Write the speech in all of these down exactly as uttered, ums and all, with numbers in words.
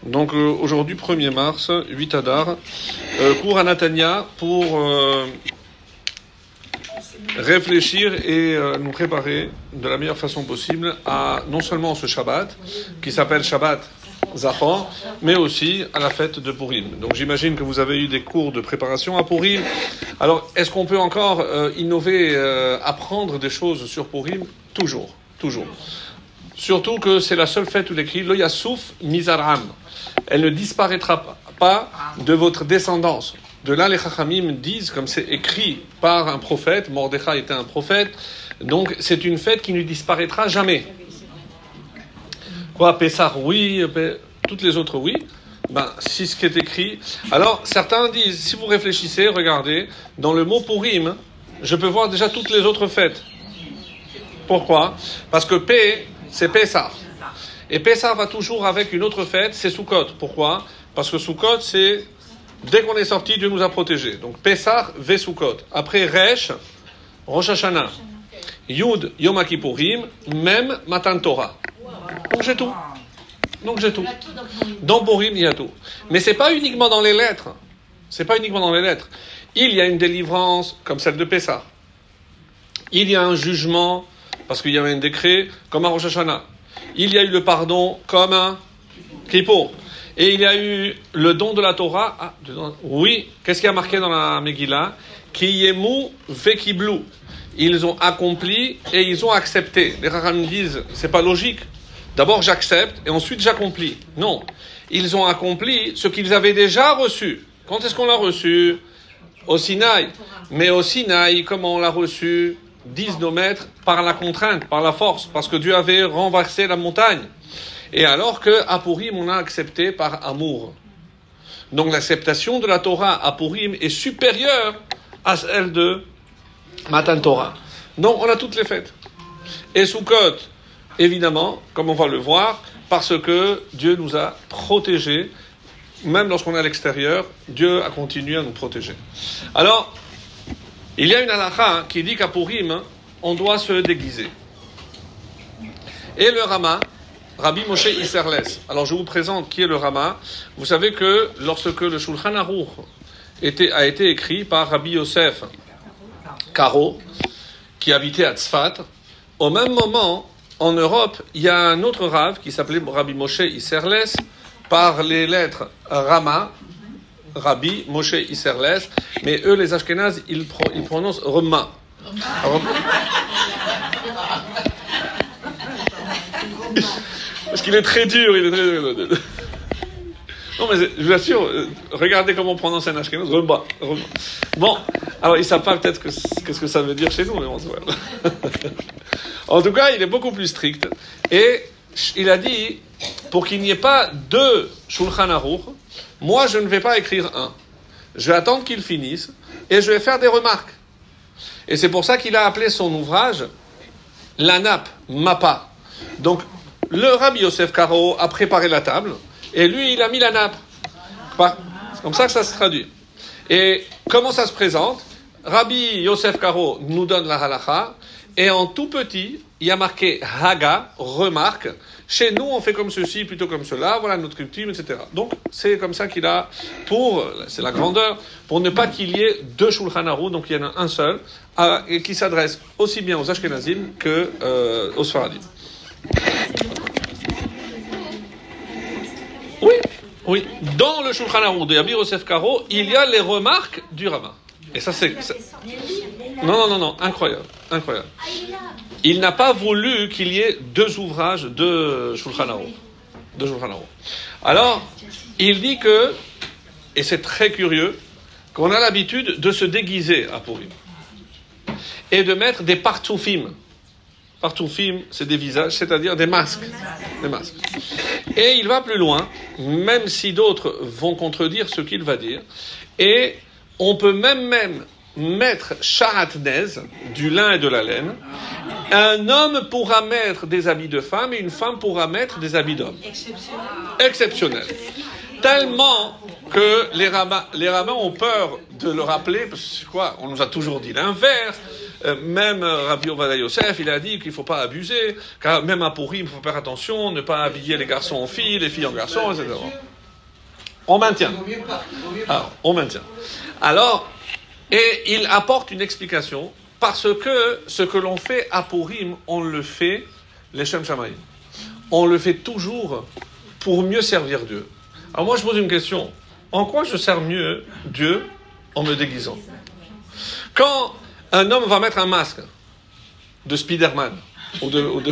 Donc euh, aujourd'hui, premier mars, huit Adar, euh, cours à Natania pour euh, réfléchir et euh, nous préparer de la meilleure façon possible à non seulement ce Shabbat, qui s'appelle Shabbat Zachor, mais aussi à la fête de Purim. Donc j'imagine que vous avez eu des cours de préparation à Purim. Alors, est-ce qu'on peut encore euh, innover, euh, apprendre des choses sur Purim? Toujours, toujours. Surtout que c'est la seule fête où il écrit Lo Yassouf Mizaram. Elle ne disparaîtra pas de votre descendance. De là, les Chachamim disent, comme c'est écrit par un prophète, Mordechai était un prophète, donc c'est une fête qui ne disparaîtra jamais. Quoi, Pessah, oui, toutes les autres, oui. Ben, si ce qui est écrit. Alors, certains disent, si vous réfléchissez, regardez, dans le mot Purim, je peux voir déjà toutes les autres fêtes. Pourquoi? Parce que P, c'est Pessah. Et Pessah va toujours avec une autre fête, c'est Sukkot. Pourquoi? Parce que Sukkot, c'est dès qu'on est sorti, Dieu nous a protégés. Donc Pessah, ve Sukkot. Après Resh, Rosh Hashanah. Yud, Yom Kippourim, même Matan Torah. Donc j'ai tout. Donc j'ai tout. Dans Purim, il y a tout. Mais c'est pas uniquement dans les lettres. C'est pas uniquement dans les lettres. Il y a une délivrance comme celle de Pessah. Il y a un jugement parce qu'il y avait un décret comme à Rosh Hashanah. Il y a eu le pardon comme un Kippour. Et il y a eu le don de la Torah. Ah, oui, qu'est-ce qui a marqué dans la Megillah? Ki yemu vekiblu. Ils ont accompli et ils ont accepté. Les Chachamim disent, c'est pas logique. D'abord j'accepte et ensuite j'accomplis. Non, ils ont accompli ce qu'ils avaient déjà reçu. Quand est-ce qu'on l'a reçu? Au Sinaï. Mais au Sinaï, comment on l'a reçu? Disent nos maîtres, par la contrainte, par la force, parce que Dieu avait renversé la montagne. Et alors qu'à Purim, on a accepté par amour. Donc l'acceptation de la Torah à Purim est supérieure à celle de Matan Torah. Donc on a toutes les fêtes. Et Sukkot, évidemment, comme on va le voir, parce que Dieu nous a protégés, même lorsqu'on est à l'extérieur, Dieu a continué à nous protéger. Alors, il y a une halakha qui dit qu'à Purim, on doit se déguiser. Et le Rama, Rabbi Moshe Isserles. Alors je vous présente qui est le Rama. Vous savez que lorsque le Shulchan Aruch était, a été écrit par Rabbi Yosef Karo, qui habitait à Tzfat, au même moment, en Europe, il y a un autre Rav qui s'appelait Rabbi Moshe Isserles, par les lettres Rama, Rabbi Moshe Isserles, mais eux, les Ashkénazes, ils, pro, ils prononcent Rema. Alors, parce qu'il est très dur, il est très dur. Non, mais je vous assure, regardez comment on prononce un Ashkénaze, Rema. Rema. Bon, alors ils ne savent pas peut-être que, qu'est-ce que ça veut dire chez nous, mais bon, c'est vrai. En tout cas, il est beaucoup plus strict. Et il a dit, pour qu'il n'y ait pas deux Shulchan Aruch, moi, je ne vais pas écrire un. Je vais attendre qu'il finisse et je vais faire des remarques. Et c'est pour ça qu'il a appelé son ouvrage La nappe, Mappa. Donc, le Rabbi Yosef Karo a préparé la table et lui, il a mis la nappe. C'est comme ça que ça se traduit. Et comment ça se présente? Rabbi Yosef Karo nous donne la halakha et en tout petit, il y a marqué Haga, remarque. Chez nous, on fait comme ceci, plutôt comme cela, voilà notre coutume, et cetera. Donc, c'est comme ça qu'il a, pour, c'est la grandeur, pour ne pas qu'il y ait deux Shulchan Aruch, donc il y en a un seul, à, et qui s'adresse aussi bien aux Ashkenazim que euh, aux Sfaradim. Oui, oui. Dans le Shulchan Aruch de Rabbi Yosef Karo, il y a les remarques du rabbin. Et ça, c'est... c'est... Non, non, non, non, incroyable, incroyable. Il n'a pas voulu qu'il y ait deux ouvrages de Shulchan Aruch. De Shulchan Aruch. Alors, il dit que, et c'est très curieux, qu'on a l'habitude de se déguiser à Purim. Et de mettre des partoufim. Partoufim, c'est des visages, c'est-à-dire des masques. Des masques. Et il va plus loin, même si d'autres vont contredire ce qu'il va dire. Et on peut même, même mettre charatnez, du lin et de la laine. Un homme pourra mettre des habits de femme et une femme pourra mettre des habits d'homme. Exceptionnel. Exceptionnel. Tellement que les rabbins, les rabbins ont peur de le rappeler, parce que quoi, on nous a toujours dit l'inverse. Euh, même Rabbi Ovadia Yosef, il a dit qu'il ne faut pas abuser, car même à Purim, il faut faire attention, ne pas habiller les garçons en filles, les filles en garçons, et cetera. On maintient. Alors, on maintient. Alors, et il apporte une explication, parce que ce que l'on fait à Purim, on le fait, les Shem Shamayim. On le fait toujours pour mieux servir Dieu. Alors moi, je pose une question. En quoi je sers mieux Dieu en me déguisant? Quand un homme va mettre un masque de Spider-Man, ou de... Ou de,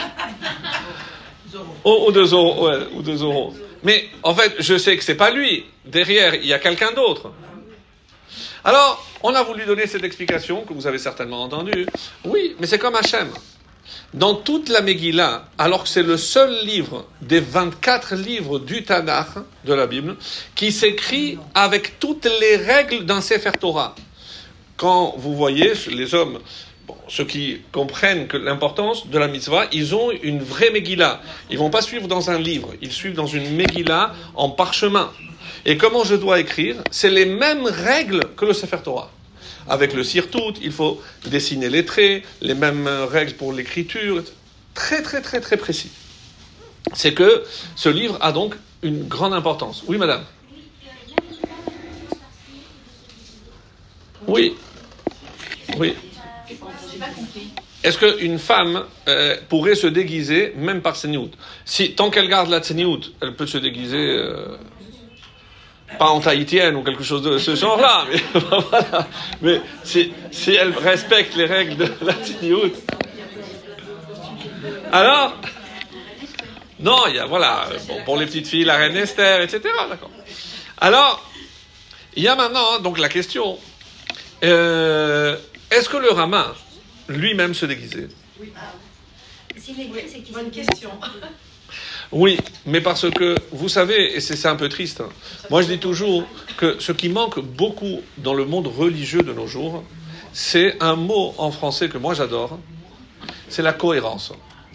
ou, ou de Zorro, ouais, ou de Zorro. Mais en fait, je sais que c'est pas lui. Derrière, il y a quelqu'un d'autre. Alors, on a voulu donner cette explication, que vous avez certainement entendue. Oui, mais c'est comme Hachem. Dans toute la Megillah, alors que c'est le seul livre des vingt-quatre livres du Tanakh, de la Bible, qui s'écrit avec toutes les règles d'un Sefer Torah. Quand vous voyez les hommes, bon, ceux qui comprennent que l'importance de la mitzvah, ils ont une vraie Megillah. Ils ne vont pas suivre dans un livre, ils suivent dans une Megillah en parchemin. Et comment je dois écrire? C'est les mêmes règles que le Sefer Torah. Avec le sirtout, il faut dessiner les traits, les mêmes règles pour l'écriture, très très très très précis. C'est que ce livre a donc une grande importance. Oui, madame? Oui. Oui. Est-ce qu'une femme euh, pourrait se déguiser même par tsniout? Si, tant qu'elle garde la tsniout, elle peut se déguiser... Euh, pas en tahitienne ou quelque chose de ce genre-là, mais voilà. Mais si, si elle respecte les règles de la tsniout, alors, non, il y a, voilà, bon, pour les petites filles, la reine Esther, et cetera. D'accord. Alors, il y a maintenant donc la question, euh, est-ce que le Rama lui-même se déguisait? Oui. S'il est gay, c'est qu'il Bonne question. Oui, mais parce que, vous savez, et c'est, c'est un peu triste, hein, moi je dis toujours que ce qui manque beaucoup dans le monde religieux de nos jours, c'est un mot en français que moi j'adore, c'est la cohérence.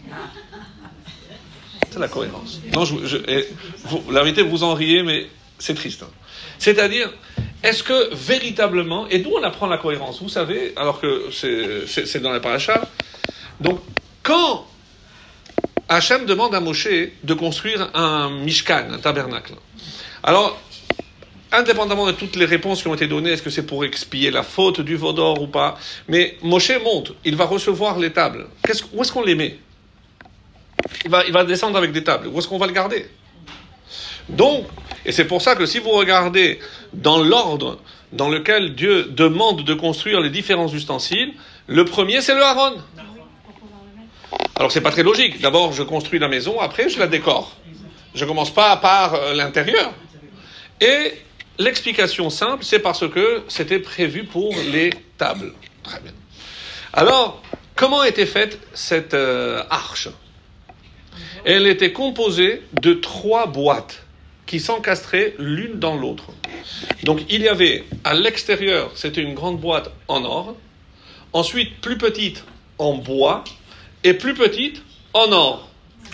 C'est la cohérence. Non, je, je, et vous, la vérité, vous en riez, mais c'est triste. Hein. C'est-à-dire, est-ce que véritablement, et d'où on apprend la cohérence? Vous savez, alors que c'est, c'est, c'est dans la paracha, donc quand Hachem demande à Moshe de construire un mishkan, un tabernacle. Alors, indépendamment de toutes les réponses qui ont été données, est-ce que c'est pour expier la faute du veau d'or ou pas? Mais Moshe monte, il va recevoir les tables. Qu'est-ce, où est-ce qu'on les met? il va, il va descendre avec des tables. Où est-ce qu'on va le garder? Donc, et c'est pour ça que si vous regardez dans l'ordre dans lequel Dieu demande de construire les différents ustensiles, le premier c'est le Aaron. Alors c'est pas très logique. D'abord je construis la maison, après je la décore. Je commence pas par euh, l'intérieur. Et l'explication simple, c'est parce que c'était prévu pour les tables. Très bien. Alors, comment était faite cette euh, arche? Elle était composée de trois boîtes qui s'encastraient l'une dans l'autre. Donc il y avait à l'extérieur, c'était une grande boîte en or, ensuite plus petite en bois, et plus petite en or.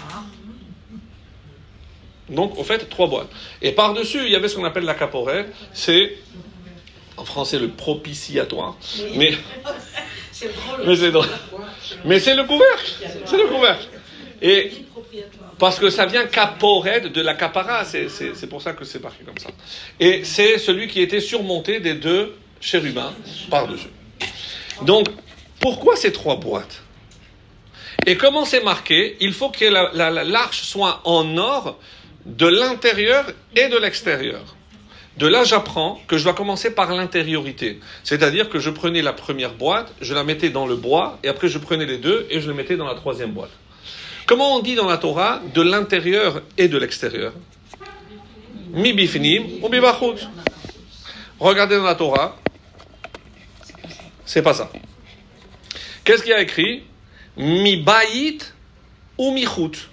Donc, au fait, trois boîtes. Et par-dessus, il y avait ce qu'on appelle la caporelle. C'est, en français, le propitiatoire. Oui. Mais, c'est drôle. Mais c'est drôle. Mais c'est le couvercle. C'est le couvercle. Et, parce que ça vient capored de la capara. C'est, c'est, c'est pour ça que c'est marqué comme ça. Et c'est celui qui était surmonté des deux chérubins par-dessus. Donc, pourquoi ces trois boîtes? Et comment c'est marqué? Il faut que la, la, la, l'arche soit en or de l'intérieur et de l'extérieur. De là, j'apprends que je dois commencer par l'intériorité. C'est-à-dire que je prenais la première boîte, je la mettais dans le bois, et après je prenais les deux et je les mettais dans la troisième boîte. Comment on dit dans la Torah de l'intérieur et de l'extérieur? Mi bifnim ou mi bachut. Regardez dans la Torah, c'est pas ça. Qu'est-ce qu'il y a écrit? Mi baït ou mi chut.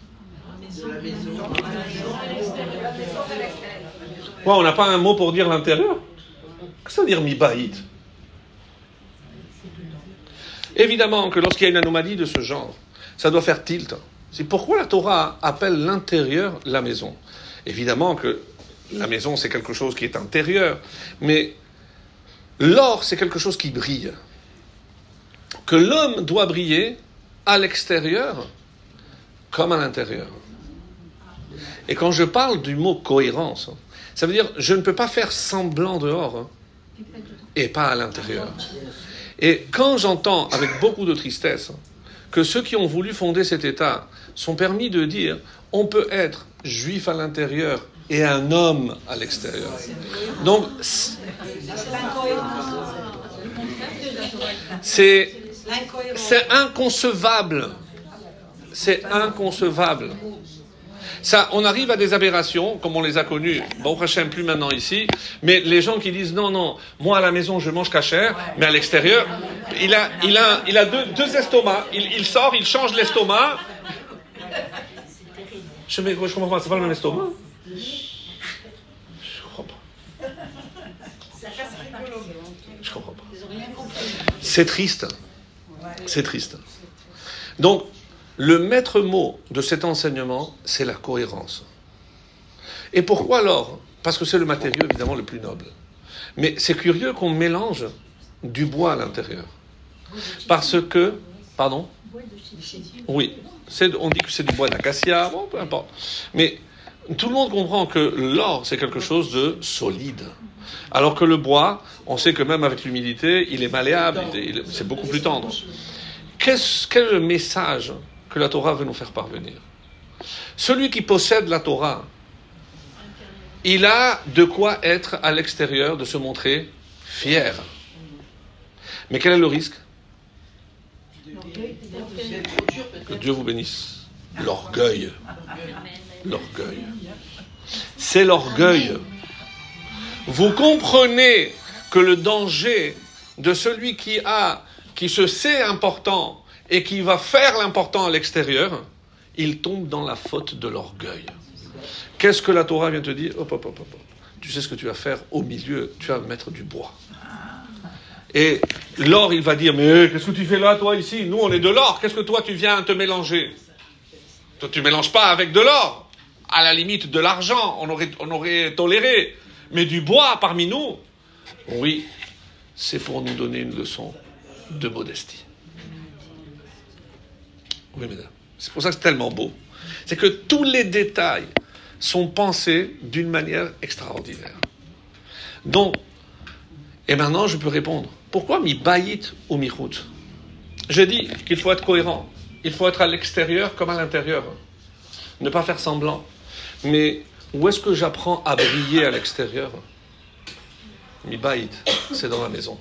Ouais, on n'a pas un mot pour dire l'intérieur. Qu'est-ce que ça veut dire mi baït? Évidemment que lorsqu'il y a une anomalie de ce genre, ça doit faire tilt. C'est pourquoi la Torah appelle l'intérieur la maison. Évidemment que la maison c'est quelque chose qui est intérieur, mais l'or c'est quelque chose qui brille. Que l'homme doit briller à l'extérieur comme à l'intérieur. Et quand je parle du mot cohérence, ça veut dire je ne peux pas faire semblant dehors hein, et pas à l'intérieur. Et quand j'entends avec beaucoup de tristesse que ceux qui ont voulu fonder cet État sont permis de dire on peut être juif à l'intérieur et un homme à l'extérieur. Donc, c'est, c'est inconcevable. C'est inconcevable. Ça, on arrive à des aberrations, comme on les a connues, bon, Hachem, plus maintenant ici, mais les gens qui disent, non, non, moi à la maison je mange kasher, mais à l'extérieur, il a, il a, il a deux, deux estomacs, il, il sort, il change l'estomac. Je, mais, je comprends pas, c'est pas le même estomac. Je comprends pas. Je comprends pas. C'est triste. C'est triste. Donc, le maître mot de cet enseignement, c'est la cohérence. Et pourquoi alors ? Parce que c'est le matériau évidemment le plus noble. Mais c'est curieux qu'on mélange du bois à l'intérieur. Parce que... Pardon ? Oui. C'est, on dit que c'est du bois d'acacia, bon, peu importe. Mais tout le monde comprend que l'or, c'est quelque chose de solide. Alors que le bois, on sait que même avec l'humidité, il est malléable, il est, c'est beaucoup plus tendre. Qu'est-ce, quel est le message que la Torah veut nous faire parvenir? Celui qui possède la Torah, il a de quoi être à l'extérieur, de se montrer fier. Mais quel est le risque? Que Dieu vous bénisse. L'orgueil. L'orgueil. C'est l'orgueil. Vous comprenez que le danger de celui qui a, qui se sait important et qui va faire l'important à l'extérieur, il tombe dans la faute de l'orgueil. Qu'est-ce que la Torah vient te dire? Hop, hop, hop, hop. Tu sais ce que tu vas faire au milieu, tu vas mettre du bois. Et l'or, il va dire, mais qu'est-ce que tu fais là, toi, ici? Nous, on est de l'or. Qu'est-ce que toi, tu viens te mélanger? Toi, tu ne mélanges pas avec de l'or. À la limite, de l'argent, on aurait, on aurait toléré. Mais du bois parmi nous, oui, c'est pour nous donner une leçon de modestie. Oui, mesdames. C'est pour ça que c'est tellement beau. C'est que tous les détails sont pensés d'une manière extraordinaire. Donc, et maintenant, je peux répondre. Pourquoi mi bayit ou mi chutz? Je dis qu'il faut être cohérent. Il faut être à l'extérieur comme à l'intérieur. Ne pas faire semblant. Mais où est-ce que j'apprends à briller à l'extérieur? Mi bayit, c'est dans la maison.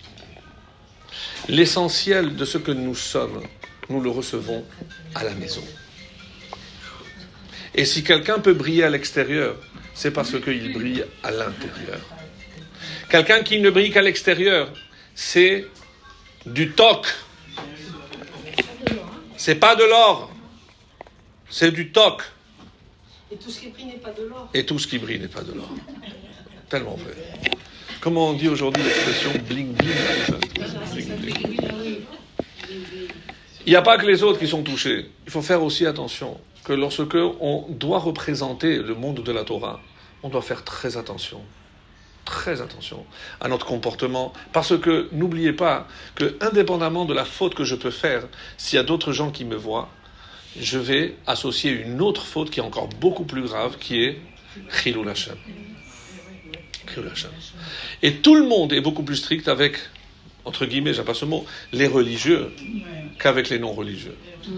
L'essentiel de ce que nous sommes, nous le recevons à la maison. Et si quelqu'un peut briller à l'extérieur, c'est parce qu'il brille à l'intérieur. Quelqu'un qui ne brille qu'à l'extérieur, c'est du toc. C'est pas de l'or. C'est du toc. Et tout ce qui brille n'est pas de l'or. Et tout ce qui brille n'est pas de l'or. Tellement vrai. Comment on dit aujourd'hui l'expression bling bling, bling, bling. Il n'y a pas que les autres qui sont touchés. Il faut faire aussi attention que lorsque on doit représenter le monde de la Torah, on doit faire très attention. Très attention à notre comportement, parce que n'oubliez pas que indépendamment de la faute que je peux faire, s'il y a d'autres gens qui me voient, je vais associer une autre faute qui est encore beaucoup plus grave, qui est Chilul Hashem. Chilul Hashem. Et tout le monde est beaucoup plus strict avec, entre guillemets, j'aime pas ce mot, les religieux, qu'avec les non-religieux.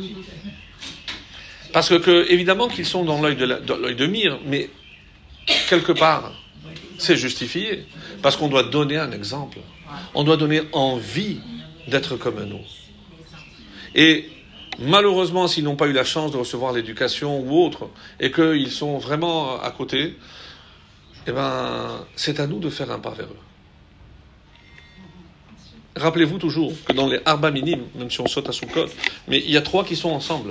Parce que, que évidemment qu'ils sont dans l'œil de, la, dans l'œil de mire, mais quelque part, c'est justifié, parce qu'on doit donner un exemple. On doit donner envie d'être comme nous. Et malheureusement, s'ils n'ont pas eu la chance de recevoir l'éducation ou autre, et qu'ils sont vraiment à côté, eh ben, c'est à nous de faire un pas vers eux. Rappelez-vous toujours que dans les Arba Minim, même si on saute à Soukot, mais il y a trois qui sont ensemble.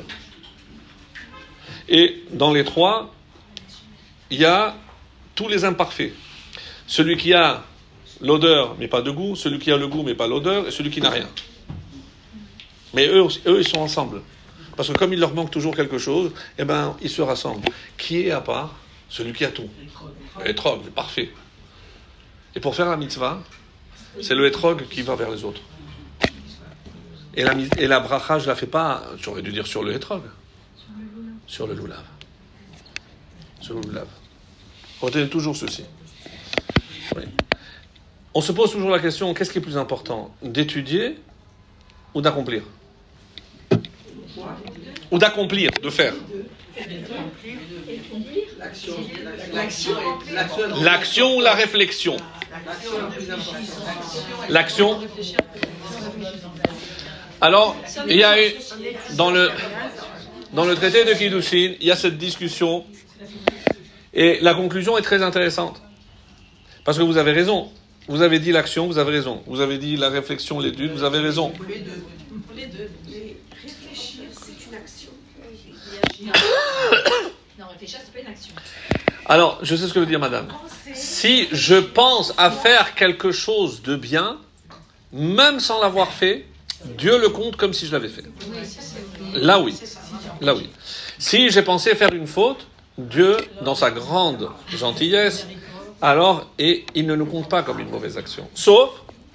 Et dans les trois, il y a tous les imparfaits. Celui qui a l'odeur mais pas de goût, celui qui a le goût mais pas l'odeur, et celui qui n'a rien. Mais eux, eux ils sont ensemble. Parce que comme il leur manque toujours quelque chose, eh ben, ils se rassemblent. Qui est à part? Celui qui a tout. L'étrog, c'est parfait. Et pour faire la mitzvah, c'est le étrog qui va vers les autres. Et la, et la bracha, je ne la fais pas, j'aurais dû dire sur le étrog. Sur le loulav. ce lulav. Retenez toujours ceci. Oui. On se pose toujours la question, qu'est-ce qui est plus important, d'étudier ou d'accomplir? Ou d'accomplir, de faire. L'action ou la réflexion? L'action. Alors, il y a eu, dans le, dans le traité de Kiddushin, il y a cette discussion, et la conclusion est très intéressante. Parce que vous avez raison. Vous avez dit l'action, vous avez raison. Vous avez dit la réflexion, l'étude, vous avez raison. Pour les deux. Pour les deux. Mais réfléchir, c'est une action. Non, réfléchir, c'est pas une action. Alors, je sais ce que veut dire madame. Si je pense à faire quelque chose de bien, même sans l'avoir fait, Dieu le compte comme si je l'avais fait. Là oui. Là oui. Si j'ai pensé faire une faute, Dieu, dans sa grande gentillesse, alors, et il ne nous compte pas comme une mauvaise action. Sauf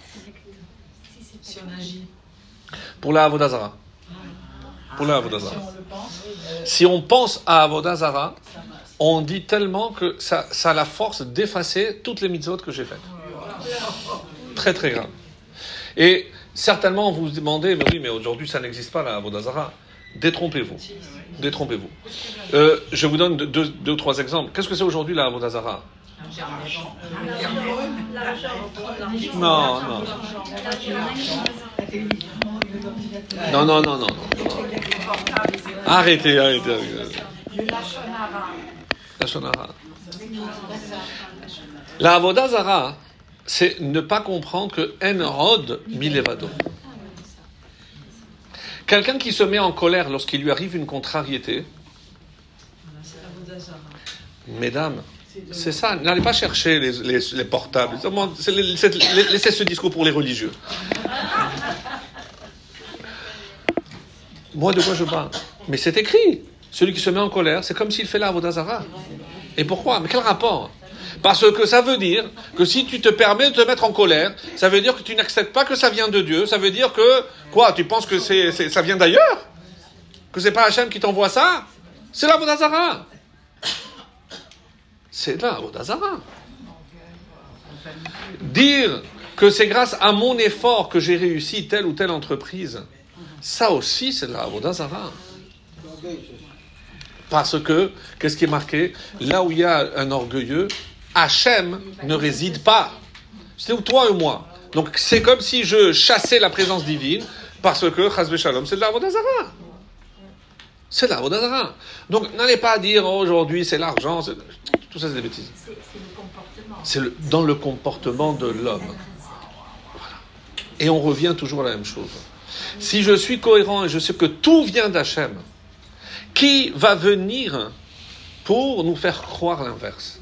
pour la Avodah Zara. Pour la Avodah Zara. Si on pense à Avodah Zara, on dit tellement que ça, ça a la force d'effacer toutes les mitzvot que j'ai faites. Très très grave. Et certainement vous vous demandez, mais oui, mais aujourd'hui ça n'existe pas la Avodah Zara. Détrompez-vous. Détrompez-vous. Euh, je vous donne deux, deux, deux ou trois exemples. Qu'est-ce que c'est aujourd'hui la Avodah Zara? Non, non. Non, non, non, non. Arrêtez, arrêtez. arrêtez. La Shonara. La Avodah Zara, c'est ne pas comprendre que En Rod Milevado. Quelqu'un qui se met en colère lorsqu'il lui arrive une contrariété, mesdames, c'est ça, n'allez pas chercher les, les, les portables. C'est, c'est, laissez ce discours pour les religieux. Moi, de quoi je parle? Mais c'est écrit. Celui qui se met en colère, c'est comme s'il fait la Avodah Zara. Et pourquoi? Mais quel rapport? Parce que ça veut dire que si tu te permets de te mettre en colère, ça veut dire que tu n'acceptes pas que ça vient de Dieu. Ça veut dire que, quoi, tu penses que c'est, c'est, ça vient d'ailleurs? Que c'est pas Hachem qui t'envoie ça? C'est la Avodah Zara. C'est la Avodah Zara. Dire que c'est grâce à mon effort que j'ai réussi telle ou telle entreprise, ça aussi c'est de la Avodah Zara. Parce que, qu'est-ce qui est marqué? Là où il y a un orgueilleux, Hachem ne réside pas. C'est où toi et moi. Donc c'est comme si je chassais la présence divine, parce que, chas v'shalom, c'est de la Avodah Zara. C'est de la Avodah Zara. Donc n'allez pas dire, oh, aujourd'hui c'est l'argent, c'est... tout ça c'est des bêtises. C'est, c'est le comportement. C'est le, dans le comportement de l'homme. Voilà. Et on revient toujours à la même chose. Si je suis cohérent et je sais que tout vient d'Hachem, qui va venir pour nous faire croire l'inverse?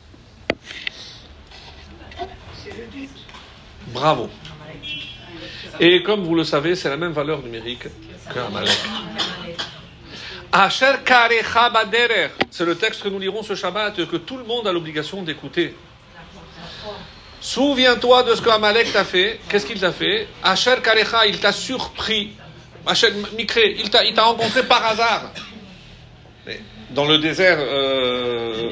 Bravo. Et comme vous le savez, c'est la même valeur numérique qu'Amalek. Asher karecha baderer, c'est le texte que nous lirons ce Shabbat et que tout le monde a l'obligation d'écouter. Souviens-toi de ce que Amalek t'a fait. Qu'est-ce qu'il t'a fait? Asher karecha, il t'a surpris. Asher mikré, il t'a, il t'a rencontré par hasard. Dans le désert, euh,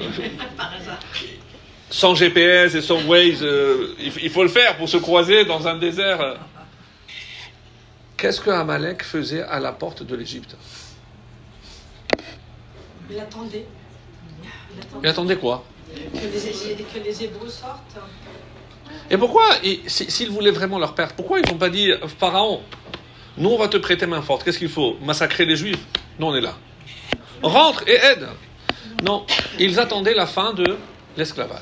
sans G P S et sans Waze, euh, il, il faut le faire pour se croiser dans un désert. Qu'est-ce que Amalek faisait à la porte de l'Égypte? Il attendait. Il attendait, il attendait quoi? Que les, que les Hébreux sortent. Et pourquoi, s'ils voulaient vraiment leur perdre, pourquoi ils n'ont pas dit, Pharaon, nous on va te prêter main forte, qu'est-ce qu'il faut? Massacrer les Juifs? Nous on est là. Rentre et aide. Non, ils attendaient la fin de l'esclavage.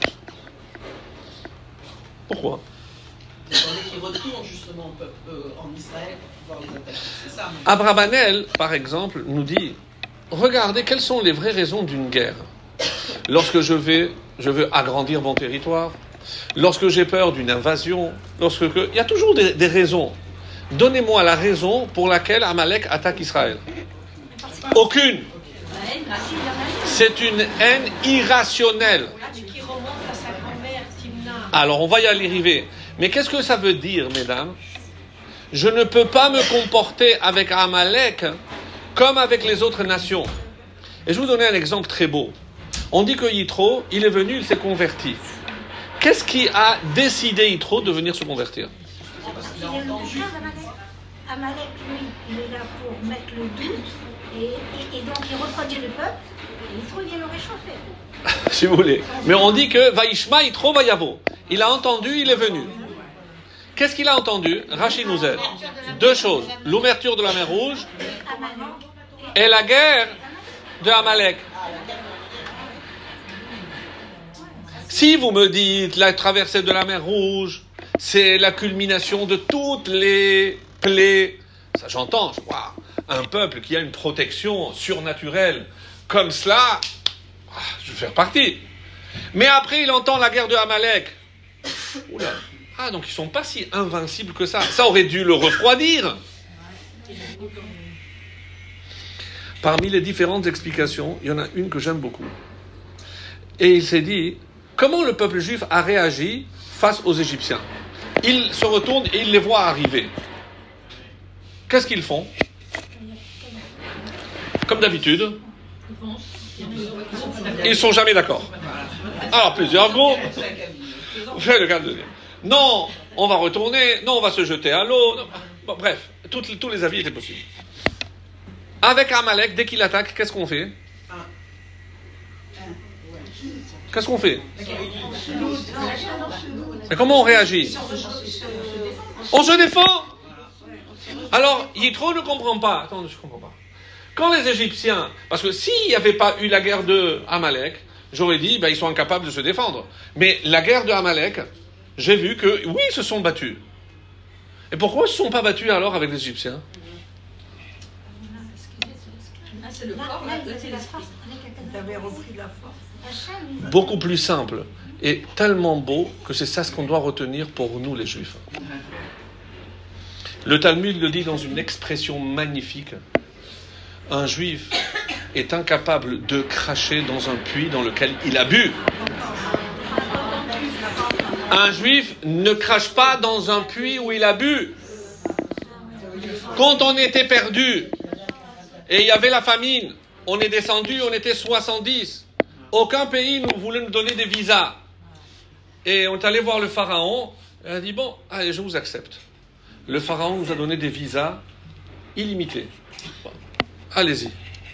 Pourquoi? Ils attendaient qu'ils retournent justement au peuple, euh, en Israël pour pouvoir les attaquer. C'est ça. Mais... Abrabanel, par exemple, nous dit, regardez quelles sont les vraies raisons d'une guerre. Lorsque je vais, je veux agrandir mon territoire, lorsque j'ai peur d'une invasion, lorsque que, il y a toujours des, des raisons. Donnez-moi la raison pour laquelle Amalek attaque Israël. Aucune. C'est une haine irrationnelle. Qui remonte à sa grand-mère, Timna. Alors, on va y arriver. Mais qu'est-ce que ça veut dire, mesdames? Je ne peux pas me comporter avec Amalek comme avec les autres nations. Et je vais vous donner un exemple très beau. On dit que Yitro, il est venu, il s'est converti. Qu'est-ce qui a décidé Yitro de venir se convertir? Il est le entendu. Amalek, lui, il est là pour mettre le doute, et, et, et donc il refroidit le peuple, et Yitro vient le réchauffer. Si vous voulez. Mais on dit que Vaishma Yitro Vayavo. Il a entendu, il est venu. Qu'est-ce qu'il a entendu? Rachid nous aide. Deux choses. L'ouverture de la mer Rouge et la guerre de Amalek. Si vous me dites la traversée de la mer Rouge, c'est la culmination de toutes les plaies, ça j'entends, je vois un peuple qui a une protection surnaturelle comme cela, je vais faire partie. Mais après il entend la guerre de Amalek. Oula. Ah, donc ils ne sont pas si invincibles que ça. Ça aurait dû le refroidir. Parmi les différentes explications, il y en a une que j'aime beaucoup. Et il s'est dit, comment le peuple juif a réagi face aux Égyptiens? Ils se retournent et ils les voient arriver. Qu'est-ce qu'ils font? Comme d'habitude, ils ne sont jamais d'accord. Alors, plusieurs groupes. Fais le cas de dire. Non, on va retourner. Non, on va se jeter à l'eau. Bon, bref, tout, tous les avis étaient possibles. Avec Amalek, dès qu'il attaque, qu'est-ce qu'on fait? Qu'est-ce qu'on fait? Mais comment on réagit? On se défend. Alors, Yitro ne comprend pas. Attends, je ne comprends pas. Quand les Égyptiens... Parce que s'il n'y avait pas eu la guerre de Amalek, j'aurais dit, ben, ils sont incapables de se défendre. Mais la guerre de Amalek, j'ai vu que, oui, ils se sont battus. Et pourquoi ils ne se sont pas battus alors avec les Égyptiens? Ah, c'est le corps, là, c'est l'esprit. Vous avez repris la force. Beaucoup plus simple et tellement beau que c'est ça ce qu'on doit retenir pour nous les Juifs. Le Talmud le dit dans une expression magnifique. Un Juif est incapable de cracher dans un puits dans lequel il a bu. Un Juif ne crache pas dans un puits où il a bu. Quand on était perdu et il y avait la famine, on est descendu, on était soixante-dix. Aucun pays ne voulait nous donner des visas. Et on est allé voir le pharaon. Il a dit, bon, allez, je vous accepte. Le pharaon nous a donné des visas illimités. Bon, allez-y.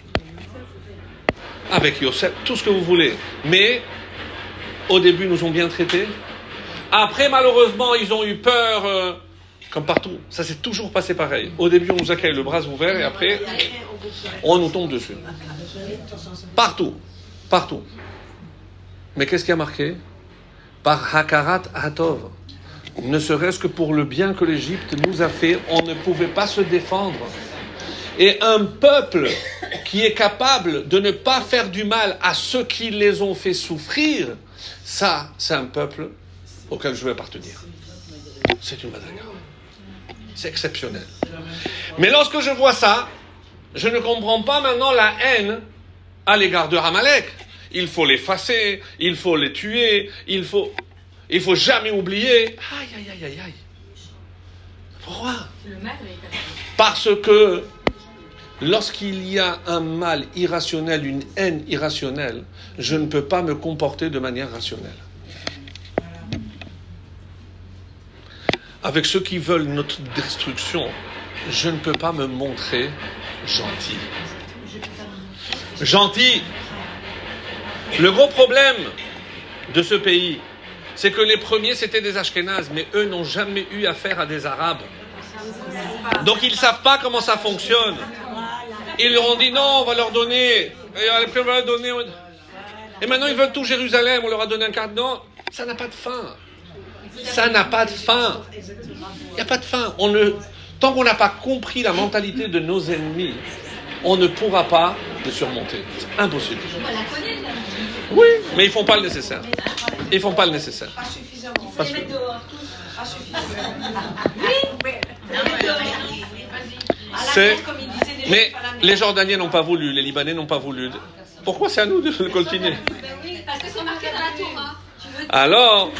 Avec Yosef, tout ce que vous voulez. Mais, au début, ils nous ont bien traités. Après, malheureusement, ils ont eu peur, euh, comme partout. Ça s'est toujours passé pareil. Au début, on nous accueille le bras ouvert et après, on nous tombe dessus. Partout. Partout. Mais qu'est-ce qui a marqué? Par Hakarat Hatov. Ne serait-ce que pour le bien que l'Égypte nous a fait, on ne pouvait pas se défendre. Et un peuple qui est capable de ne pas faire du mal à ceux qui les ont fait souffrir, ça, c'est un peuple auquel je veux appartenir. C'est une madriga. C'est exceptionnel. Mais lorsque je vois ça, je ne comprends pas maintenant la haine à l'égard de Amalek. Il faut l'effacer, il faut les tuer, il faut, il faut jamais oublier. Aïe, aïe, aïe, aïe, aïe. Pourquoi? Parce que lorsqu'il y a un mal irrationnel, une haine irrationnelle, je ne peux pas me comporter de manière rationnelle. Avec ceux qui veulent notre destruction, je ne peux pas me montrer gentil. Gentil. Le gros problème de ce pays, c'est que les premiers, c'était des Ashkénazes, mais eux n'ont jamais eu affaire à des Arabes. Donc ils ne savent pas comment ça fonctionne. Ils leur ont dit non, on va leur donner. Et, on va leur donner. Et maintenant ils veulent tout Jérusalem, on leur a donné un quart. Non, ça n'a pas de fin. Ça n'a pas de fin. Il n'y a pas de fin. On ne, tant qu'on n'a pas compris la mentalité de nos ennemis, on ne pourra pas le surmonter. C'est impossible. Oui, mais ils ne font pas le nécessaire. Ils ne font pas le nécessaire. Pas suffisamment. Il faut les mettre dehors, tous. Pas suffisamment. C'est... Mais les Jordaniens n'ont pas voulu, les Libanais n'ont pas voulu. Pourquoi c'est à nous de le continuer? Parce que c'est marqué dans la Torah. Alors,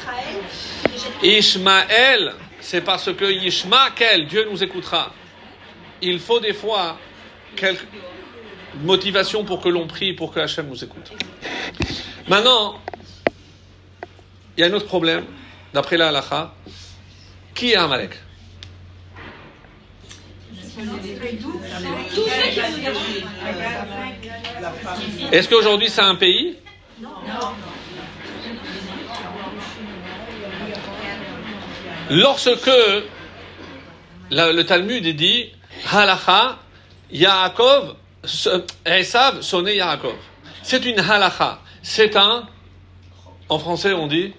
Ishmaël, c'est parce que Ishmaël, Dieu nous écoutera. Il faut des fois quelques motivations pour que l'on prie, pour que Hachem nous écoute. Maintenant, il y a un autre problème, d'après la halakha. Qui est Amalek? Est-ce qu'aujourd'hui c'est un pays? Lorsque la, le Talmud est dit halakha, Yaakov, Esav sonnait Yaakov. C'est une halakha. C'est un, en français on dit,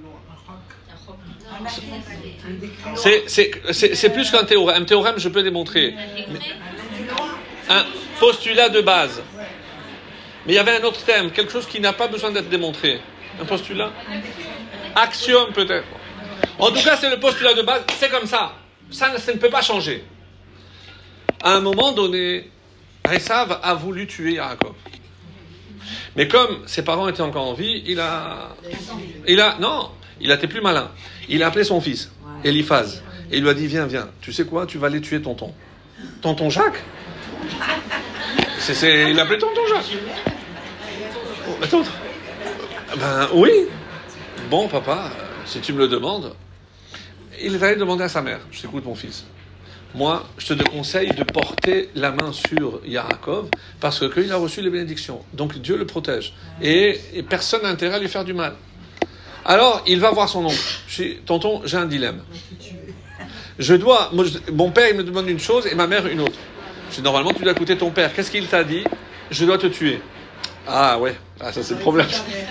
c'est, c'est, c'est, c'est plus qu'un théorème. Un théorème, je peux démontrer. Un postulat de base. Mais il y avait un autre thème, quelque chose qui n'a pas besoin d'être démontré. Un postulat? Axiome peut-être. En tout cas, c'est le postulat de base, c'est comme ça. Ça, ça ne peut pas changer. À un moment donné, Esav a voulu tuer Yaakov. Mais comme ses parents étaient encore en vie, il a... Il a... Non, il a été plus malin. Il a appelé son fils, Eliphaz. Et il lui a dit, viens, viens. Tu sais quoi? Tu vas aller tuer tonton. Tonton Jacques? c'est, c'est... Il a appelé tonton Jacques. Oh, attends. Ben oui. Bon, papa, si tu me le demandes... Il va aller demander à sa mère, je t'écoute mon fils, moi je te conseille de porter la main sur Yaakov parce qu'il a reçu les bénédictions, donc Dieu le protège et, et personne n'a intérêt à lui faire du mal. Alors il va voir son oncle, je dis, tonton j'ai un dilemme, je dois, moi, je, mon père il me demande une chose et ma mère une autre, je dis normalement tu dois écouter ton père, qu'est-ce qu'il t'a dit? Je dois te tuer. Ah ouais, ah, ça c'est le problème.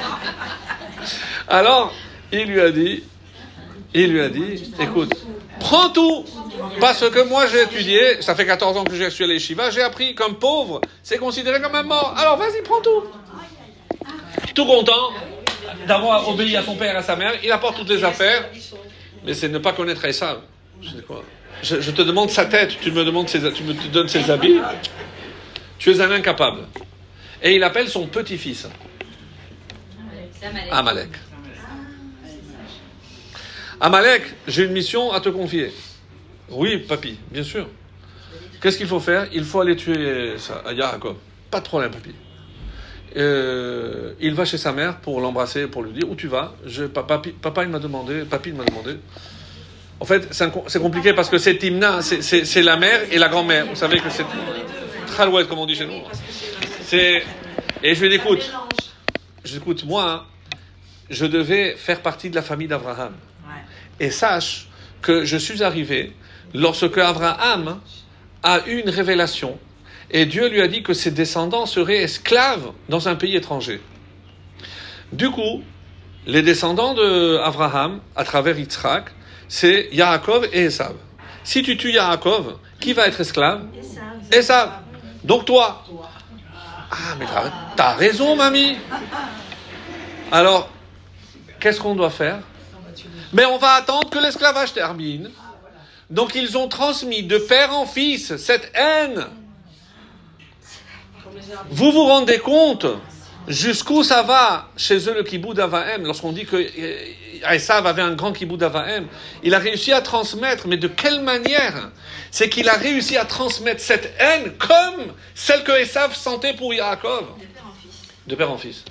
Alors il lui a dit Il lui a dit, écoute, prends tout, parce que moi j'ai étudié, ça fait quatorze ans que je suis à l'Yeshiva, j'ai appris qu'un pauvre, c'est considéré comme un mort. Alors vas-y, prends tout. Tout content d'avoir obéi à son père et à sa mère, il apporte toutes les affaires, mais c'est ne pas connaître Esav. Je dis quoi? Je, je te demande sa tête, tu me demandes ses, tu me donnes ses habits, tu es un incapable. Et il appelle son petit-fils, Amalek. Amalek, j'ai une mission à te confier. Oui, papy, bien sûr. Qu'est-ce qu'il faut faire? Il faut aller tuer Yaakov. Pas de problème, papy. Euh, il va chez sa mère pour l'embrasser, pour lui dire où tu vas. Je, papa, papa, il m'a demandé, papy, il m'a demandé. En fait, c'est, un, c'est compliqué parce que c'est Timna, c'est, c'est, c'est la mère et la grand-mère. Vous savez que c'est Tralouette, comme on dit chez nous. C'est, et je lui ai dit, écoute, je lui ai dit, écoute, moi, je devais faire partie de la famille d'Abraham. Et sache que je suis arrivé lorsque Abraham a eu une révélation et Dieu lui a dit que ses descendants seraient esclaves dans un pays étranger. Du coup, les descendants d'Abraham, à travers Yitzhak, c'est Yaakov et Esav. Si tu tues Yaakov, qui va être esclave? Esav. Donc toi. Ah, mais t'as, t'as raison, mamie. Alors, qu'est-ce qu'on doit faire? Mais on va attendre que l'esclavage termine. Donc ils ont transmis de père en fils cette haine. Vous vous rendez compte jusqu'où ça va chez eux le kiboud Avahem? Lorsqu'on dit que Esav avait un grand kiboud Avahem, il a réussi à transmettre, mais de quelle manière? C'est qu'il a réussi à transmettre cette haine comme celle que Esav sentait pour Yaakov. De père en fils.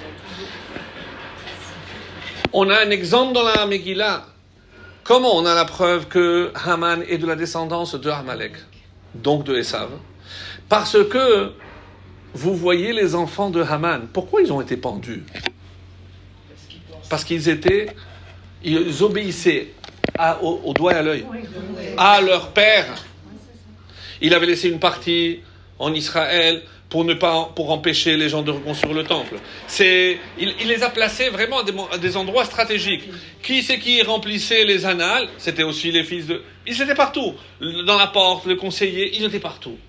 On a un exemple dans la Megillah. Comment on a la preuve que Haman est de la descendance de Amalek, donc de Esav? Parce que vous voyez les enfants de Haman. Pourquoi ils ont été pendus? Parce qu'ils étaient, ils obéissaient à, au, au doigt et à l'œil, à leur père. Il avait laissé une partie en Israël pour ne pas, pour empêcher les gens de reconstruire le temple. C'est, il, il les a placés vraiment à des, à des endroits stratégiques. Qui c'est qui remplissait les annales? C'était aussi les fils de... Ils étaient partout. Dans la porte, le conseiller, ils étaient partout.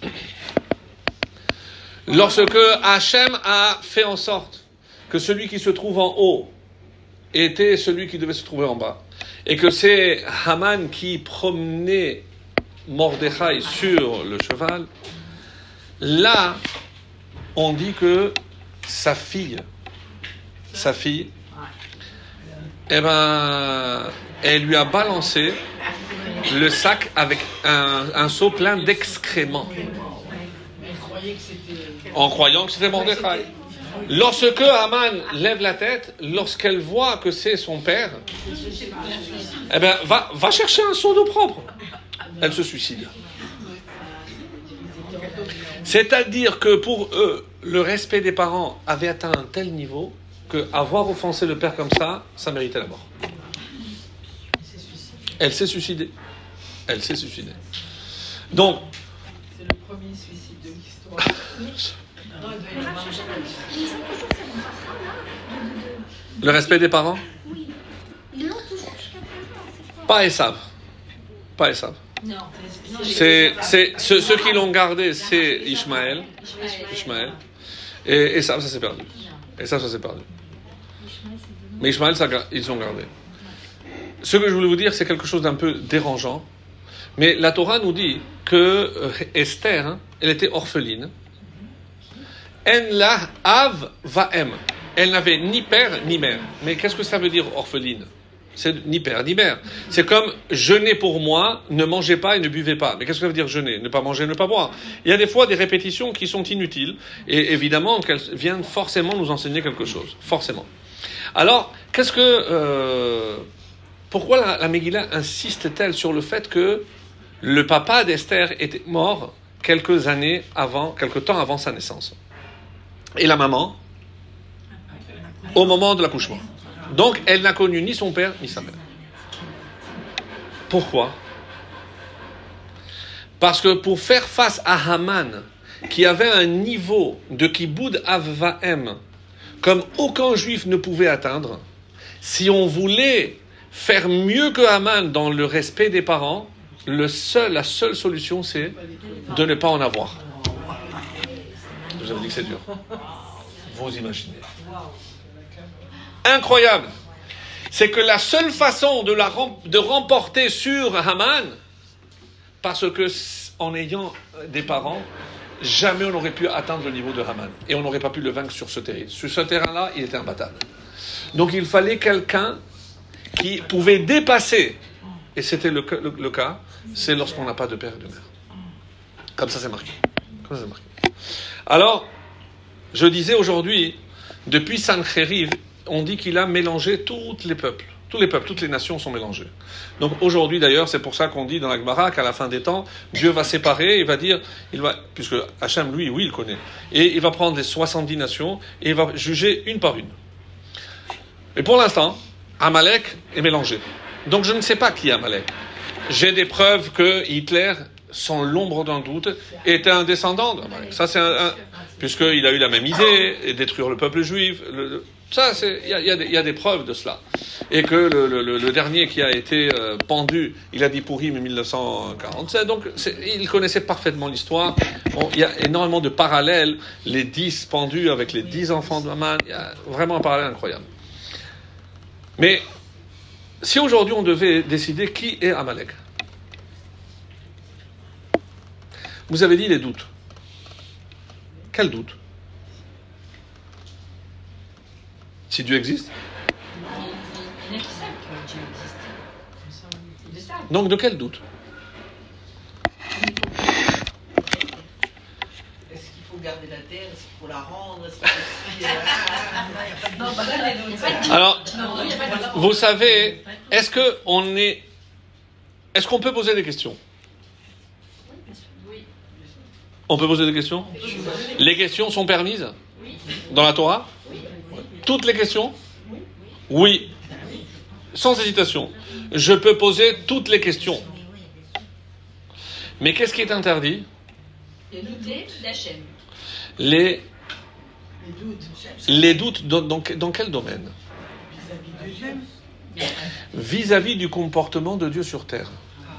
Lorsque Hachem a fait en sorte que celui qui se trouve en haut était celui qui devait se trouver en bas, et que c'est Haman qui promenait Mordechai sur le cheval, là, on dit que sa fille, sa fille, eh ben, elle lui a balancé le sac avec un, un seau plein d'excréments. En croyant que c'était Mordechai. Lorsque Haman lève la tête, lorsqu'elle voit que c'est son père, eh ben, va, va chercher un seau d'eau propre. Elle se suicide. C'est-à-dire que pour eux, le respect des parents avait atteint un tel niveau qu'avoir offensé le père comme ça, ça méritait la mort. Elle s'est suicidée. Elle s'est suicidée. Donc, c'est le premier suicide de l'histoire. Le respect des parents? Oui. Ils l'ont toujours jusqu'à présent. Pas Esav. Pas Esav. Non. C'est, c'est, ceux, ceux qui l'ont gardé, c'est Ishmaël. Ishmaël. Et Esav, ça s'est perdu. Esav, ça s'est perdu. Mais Ishmaël, ça, ils ont gardé. Ce que je voulais vous dire, c'est quelque chose d'un peu dérangeant. Mais la Torah nous dit que euh, Esther, hein, elle était orpheline. En la av vaem. Elle n'avait ni père ni mère. Mais qu'est-ce que ça veut dire orpheline? C'est ni père ni mère. C'est comme jeûner pour moi, ne mangez pas et ne buvez pas. Mais qu'est-ce que ça veut dire jeûner? Ne pas manger, ne pas boire. Il y a des fois des répétitions qui sont inutiles. Et évidemment qu'elles viennent forcément nous enseigner quelque chose. Forcément. Alors, qu'est-ce que... Euh, pourquoi la, la Megillah insiste-t-elle sur le fait que le papa d'Esther était mort quelques années avant, quelques temps avant sa naissance? Et la maman, au moment de l'accouchement. Donc, elle n'a connu ni son père, ni sa mère. Pourquoi? Parce que pour faire face à Haman, qui avait un niveau de Kiboud Avvaem, comme aucun juif ne pouvait atteindre, si on voulait faire mieux que Haman dans le respect des parents, le seul, la seule solution, c'est de ne pas en avoir. Je vous avais dit que c'est dur. Vous imaginez. Incroyable. C'est que la seule façon de, la, de remporter sur Haman, parce que en ayant des parents, jamais on n'aurait pu atteindre le niveau de Haman. Et on n'aurait pas pu le vaincre sur ce terrain. Sur ce terrain-là, il était imbattable. Donc il fallait quelqu'un qui pouvait dépasser. Et c'était le, le, le cas, c'est lorsqu'on n'a pas de père et de mère. Comme ça c'est marqué. Comme ça c'est marqué. Alors, je disais aujourd'hui, depuis Sancheriv, on dit qu'il a mélangé tous les peuples. Tous les peuples, toutes les nations sont mélangées. Donc aujourd'hui d'ailleurs, c'est pour ça qu'on dit dans la Gemara qu'à la fin des temps, Dieu va séparer, il va dire, il va, puisque Hachem lui, oui, il connaît, et il va prendre les soixante-dix nations et il va juger une par une. Et pour l'instant, Amalek est mélangé. Donc je ne sais pas qui est Amalek. J'ai des preuves que Hitler, sans l'ombre d'un doute, était un descendant d'Amalek. Ça c'est un, un puisqu'il a eu la même idée, et détruire le peuple juif. Le, le, ça, il y, y, y a des preuves de cela. Et que le, le, le dernier qui a été euh, pendu, il a dit Purim en dix-neuf cent quarante-sept, donc il connaissait parfaitement l'histoire. Il y a énormément de parallèles, les dix pendus avec les dix enfants de Haman, il y a vraiment un parallèle incroyable. Mais si aujourd'hui on devait décider qui est Amalek, vous avez dit les doutes. Quel doute? Si Dieu existe? Donc de quel doute? Est-ce qu'il faut garder la terre? Est-ce qu'il faut la rendre? Est-ce qu'il faut... Alors, vous savez, est-ce que on est, est-ce qu'on peut poser des questions? On peut poser des questions? Les questions sont permises dans la Torah? Toutes les questions? Oui. Sans hésitation. Je peux poser toutes les questions. Mais qu'est-ce qui est interdit? Les douter d'Hachem. Les, Les doutes. les doutes dans, dans, dans quel domaine? Vis-à-vis du comportement de Dieu sur terre.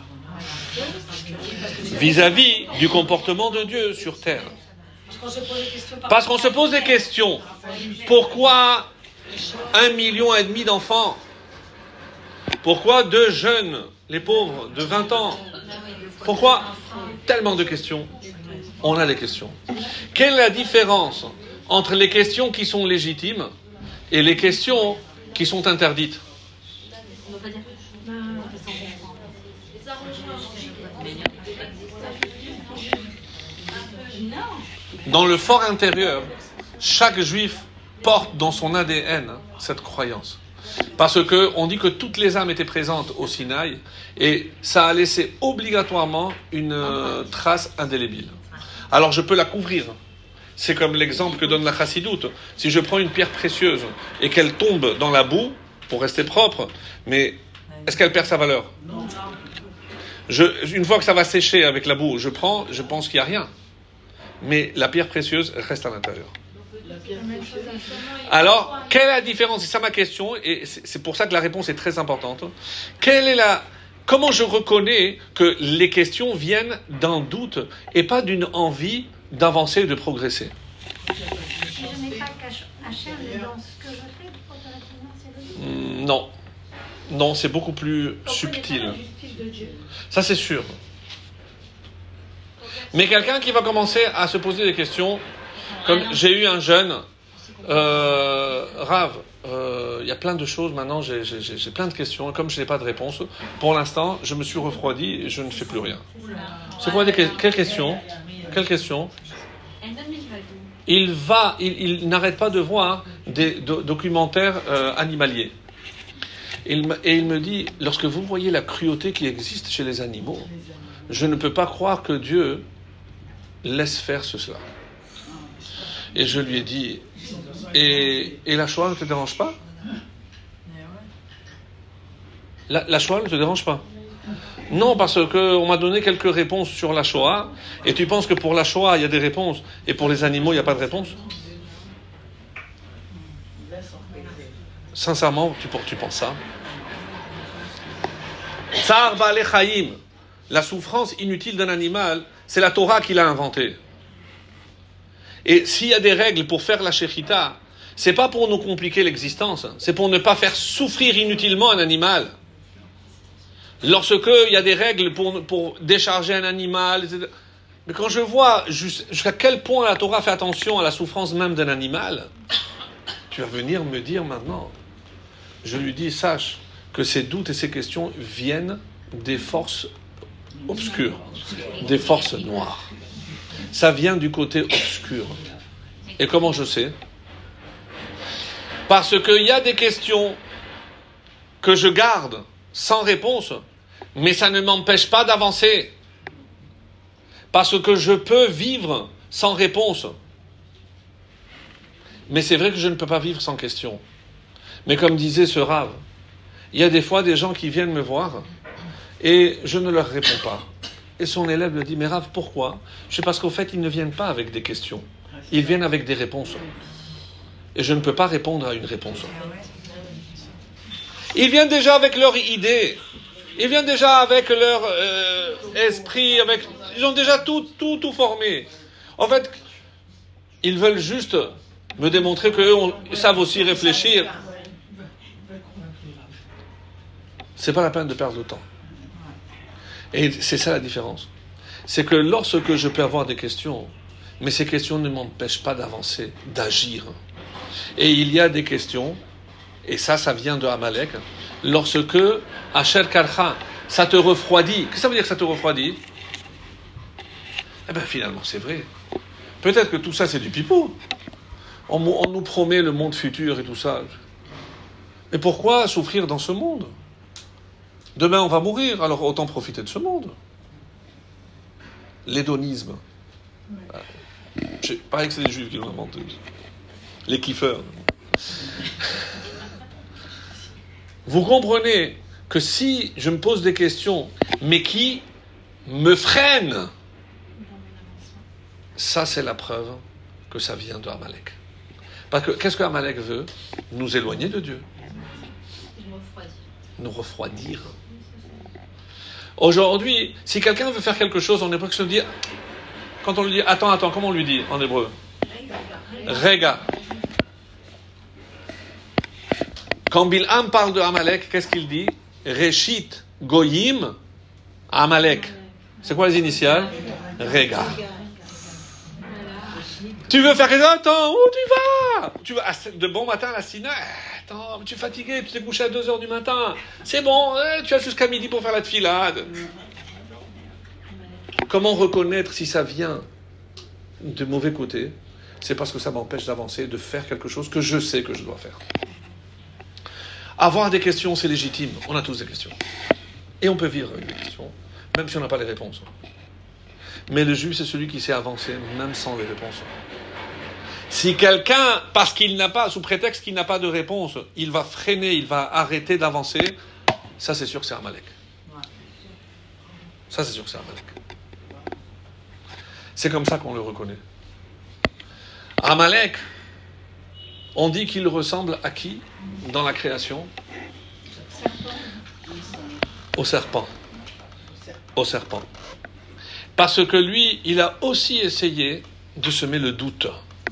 Vis-à-vis du comportement de Dieu sur terre. Parce qu'on se pose des questions. Pourquoi un million et demi d'enfants? Pourquoi deux jeunes, les pauvres, de vingt ans? Pourquoi tellement de questions? On a des questions. Quelle est la différence entre les questions qui sont légitimes et les questions qui sont interdites? Dans le fort intérieur, Chaque juif porte dans son A D N cette croyance. Parce qu'on dit que toutes les âmes étaient présentes au Sinaï et ça a laissé obligatoirement une euh, trace indélébile. Alors je peux la couvrir. C'est comme l'exemple que donne la chassidoute. Si je prends une pierre précieuse et qu'elle tombe dans la boue, pour rester propre, mais est-ce qu'elle perd sa valeur ? je, Une fois que ça va sécher avec la boue, je prends, je pense qu'il n'y a rien. Mais la pierre précieuse reste à l'intérieur. Alors, quelle est la différence ? C'est ça ma question, et c'est pour ça que la réponse est très importante. Quelle est la... Comment je reconnais que les questions viennent d'un doute et pas d'une envie d'avancer et de progresser ? Si je n'ai pas qu'Hachem dans ce que je fais, automatiquement c'est le doute. Non. Non, c'est beaucoup plus subtil. Ça, c'est sûr. Mais quelqu'un qui va commencer à se poser des questions, comme j'ai eu un jeune, euh, Rav, il euh, y a plein de choses maintenant, j'ai, j'ai, j'ai plein de questions, comme je n'ai pas de réponse, pour l'instant, je me suis refroidi et je ne fais plus rien. C'est quoi des que- quelles questions Quelles questions Il va, il, il n'arrête pas de voir des do- documentaires euh, animaliers. Il me, et il me dit, lorsque vous voyez la cruauté qui existe chez les animaux, je ne peux pas croire que Dieu laisse faire cela. Et je lui ai dit, et, et la Shoah ne te dérange pas ? La, la Shoah ne te dérange pas ? Non, parce qu'on m'a donné quelques réponses sur la Shoah, et tu penses que pour la Shoah, il y a des réponses, et pour les animaux, il n'y a pas de réponse ? Sincèrement, tu, tu penses ça ? Tsar Baalei Chaim, la souffrance inutile d'un animal, c'est la Torah qui l'a inventée. Et s'il y a des règles pour faire la shechita, c'est pas pour nous compliquer l'existence, c'est pour ne pas faire souffrir inutilement un animal. Lorsque il y a des règles pour, pour décharger un animal, et cetera. Mais quand je vois jusqu'à quel point la Torah fait attention à la souffrance même d'un animal, tu vas venir me dire maintenant, je lui dis, sache que ces doutes et ces questions viennent des forces obscures, des forces noires. Ça vient du côté obscur. Et comment je sais ? Parce qu'il y a des questions que je garde sans réponse, mais ça ne m'empêche pas d'avancer. Parce que je peux vivre sans réponse. Mais c'est vrai que je ne peux pas vivre sans question. Mais comme disait ce Rav, il y a des fois des gens qui viennent me voir et je ne leur réponds pas. Et son élève lui dit, mais Rav, pourquoi ? Je sais parce qu'au fait, ils ne viennent pas avec des questions. Ils viennent avec des réponses. Et je ne peux pas répondre à une réponse. Ils viennent déjà avec leur idée. Ils viennent déjà avec leur euh, esprit. Avec... Ils ont déjà tout, tout, tout formé. En fait, ils veulent juste me démontrer qu'eux on, ils savent aussi réfléchir. C'est pas la peine de perdre le temps. Et c'est ça la différence. C'est que lorsque je peux avoir des questions, mais ces questions ne m'empêchent pas d'avancer, d'agir. Et il y a des questions, et ça, ça vient de Amalek, lorsque, Asher Karcha, ça te refroidit. Qu'est-ce que ça veut dire que ça te refroidit ? Eh bien, finalement, c'est vrai. Peut-être que tout ça, c'est du pipeau. On, on nous promet le monde futur et tout ça. Mais pourquoi souffrir dans ce monde ? Demain, on va mourir, alors autant profiter de ce monde. L'hédonisme. Je pareil que c'est les juifs qui l'ont inventé. Les kiffeurs. Vous comprenez que si je me pose des questions, mais qui me freinent, ça c'est la preuve que ça vient de Amalek. Parce que qu'est-ce que Amalek veut ? Nous éloigner de Dieu. Nous refroidir. Aujourd'hui, si quelqu'un veut faire quelque chose en hébreu, que se dit, quand on lui dit, attends, attends, comment on lui dit en hébreu ? Rega. Quand Bilham parle de Amalek, qu'est-ce qu'il dit ? Reshit Goyim Amalek. C'est quoi les initiales ? Rega. Tu veux faire quelque chose ? Attends, où tu vas ? Tu vas de bon matin à la Sina. Attends, tu es fatigué, tu t'es couché à deux heures du matin. C'est bon, tu as jusqu'à midi pour faire la tfilade. Comment reconnaître si ça vient de mauvais côté ? c'est parce que ça m'empêche d'avancer, de faire quelque chose que je sais que je dois faire. Avoir des questions, c'est légitime. On a tous des questions. Et on peut vivre avec des questions, même si on n'a pas les réponses. Mais le juif, c'est celui qui sait avancer, même sans les réponses. Si quelqu'un, parce qu'il n'a pas, sous prétexte qu'il n'a pas de réponse, il va freiner, il va arrêter d'avancer, ça c'est sûr que c'est Amalek. Ça c'est sûr que c'est Amalek. C'est comme ça qu'on le reconnaît. Amalek, on dit qu'il ressemble à qui dans la création? Au serpent. Au serpent. Parce que lui, il a aussi essayé de semer le doute.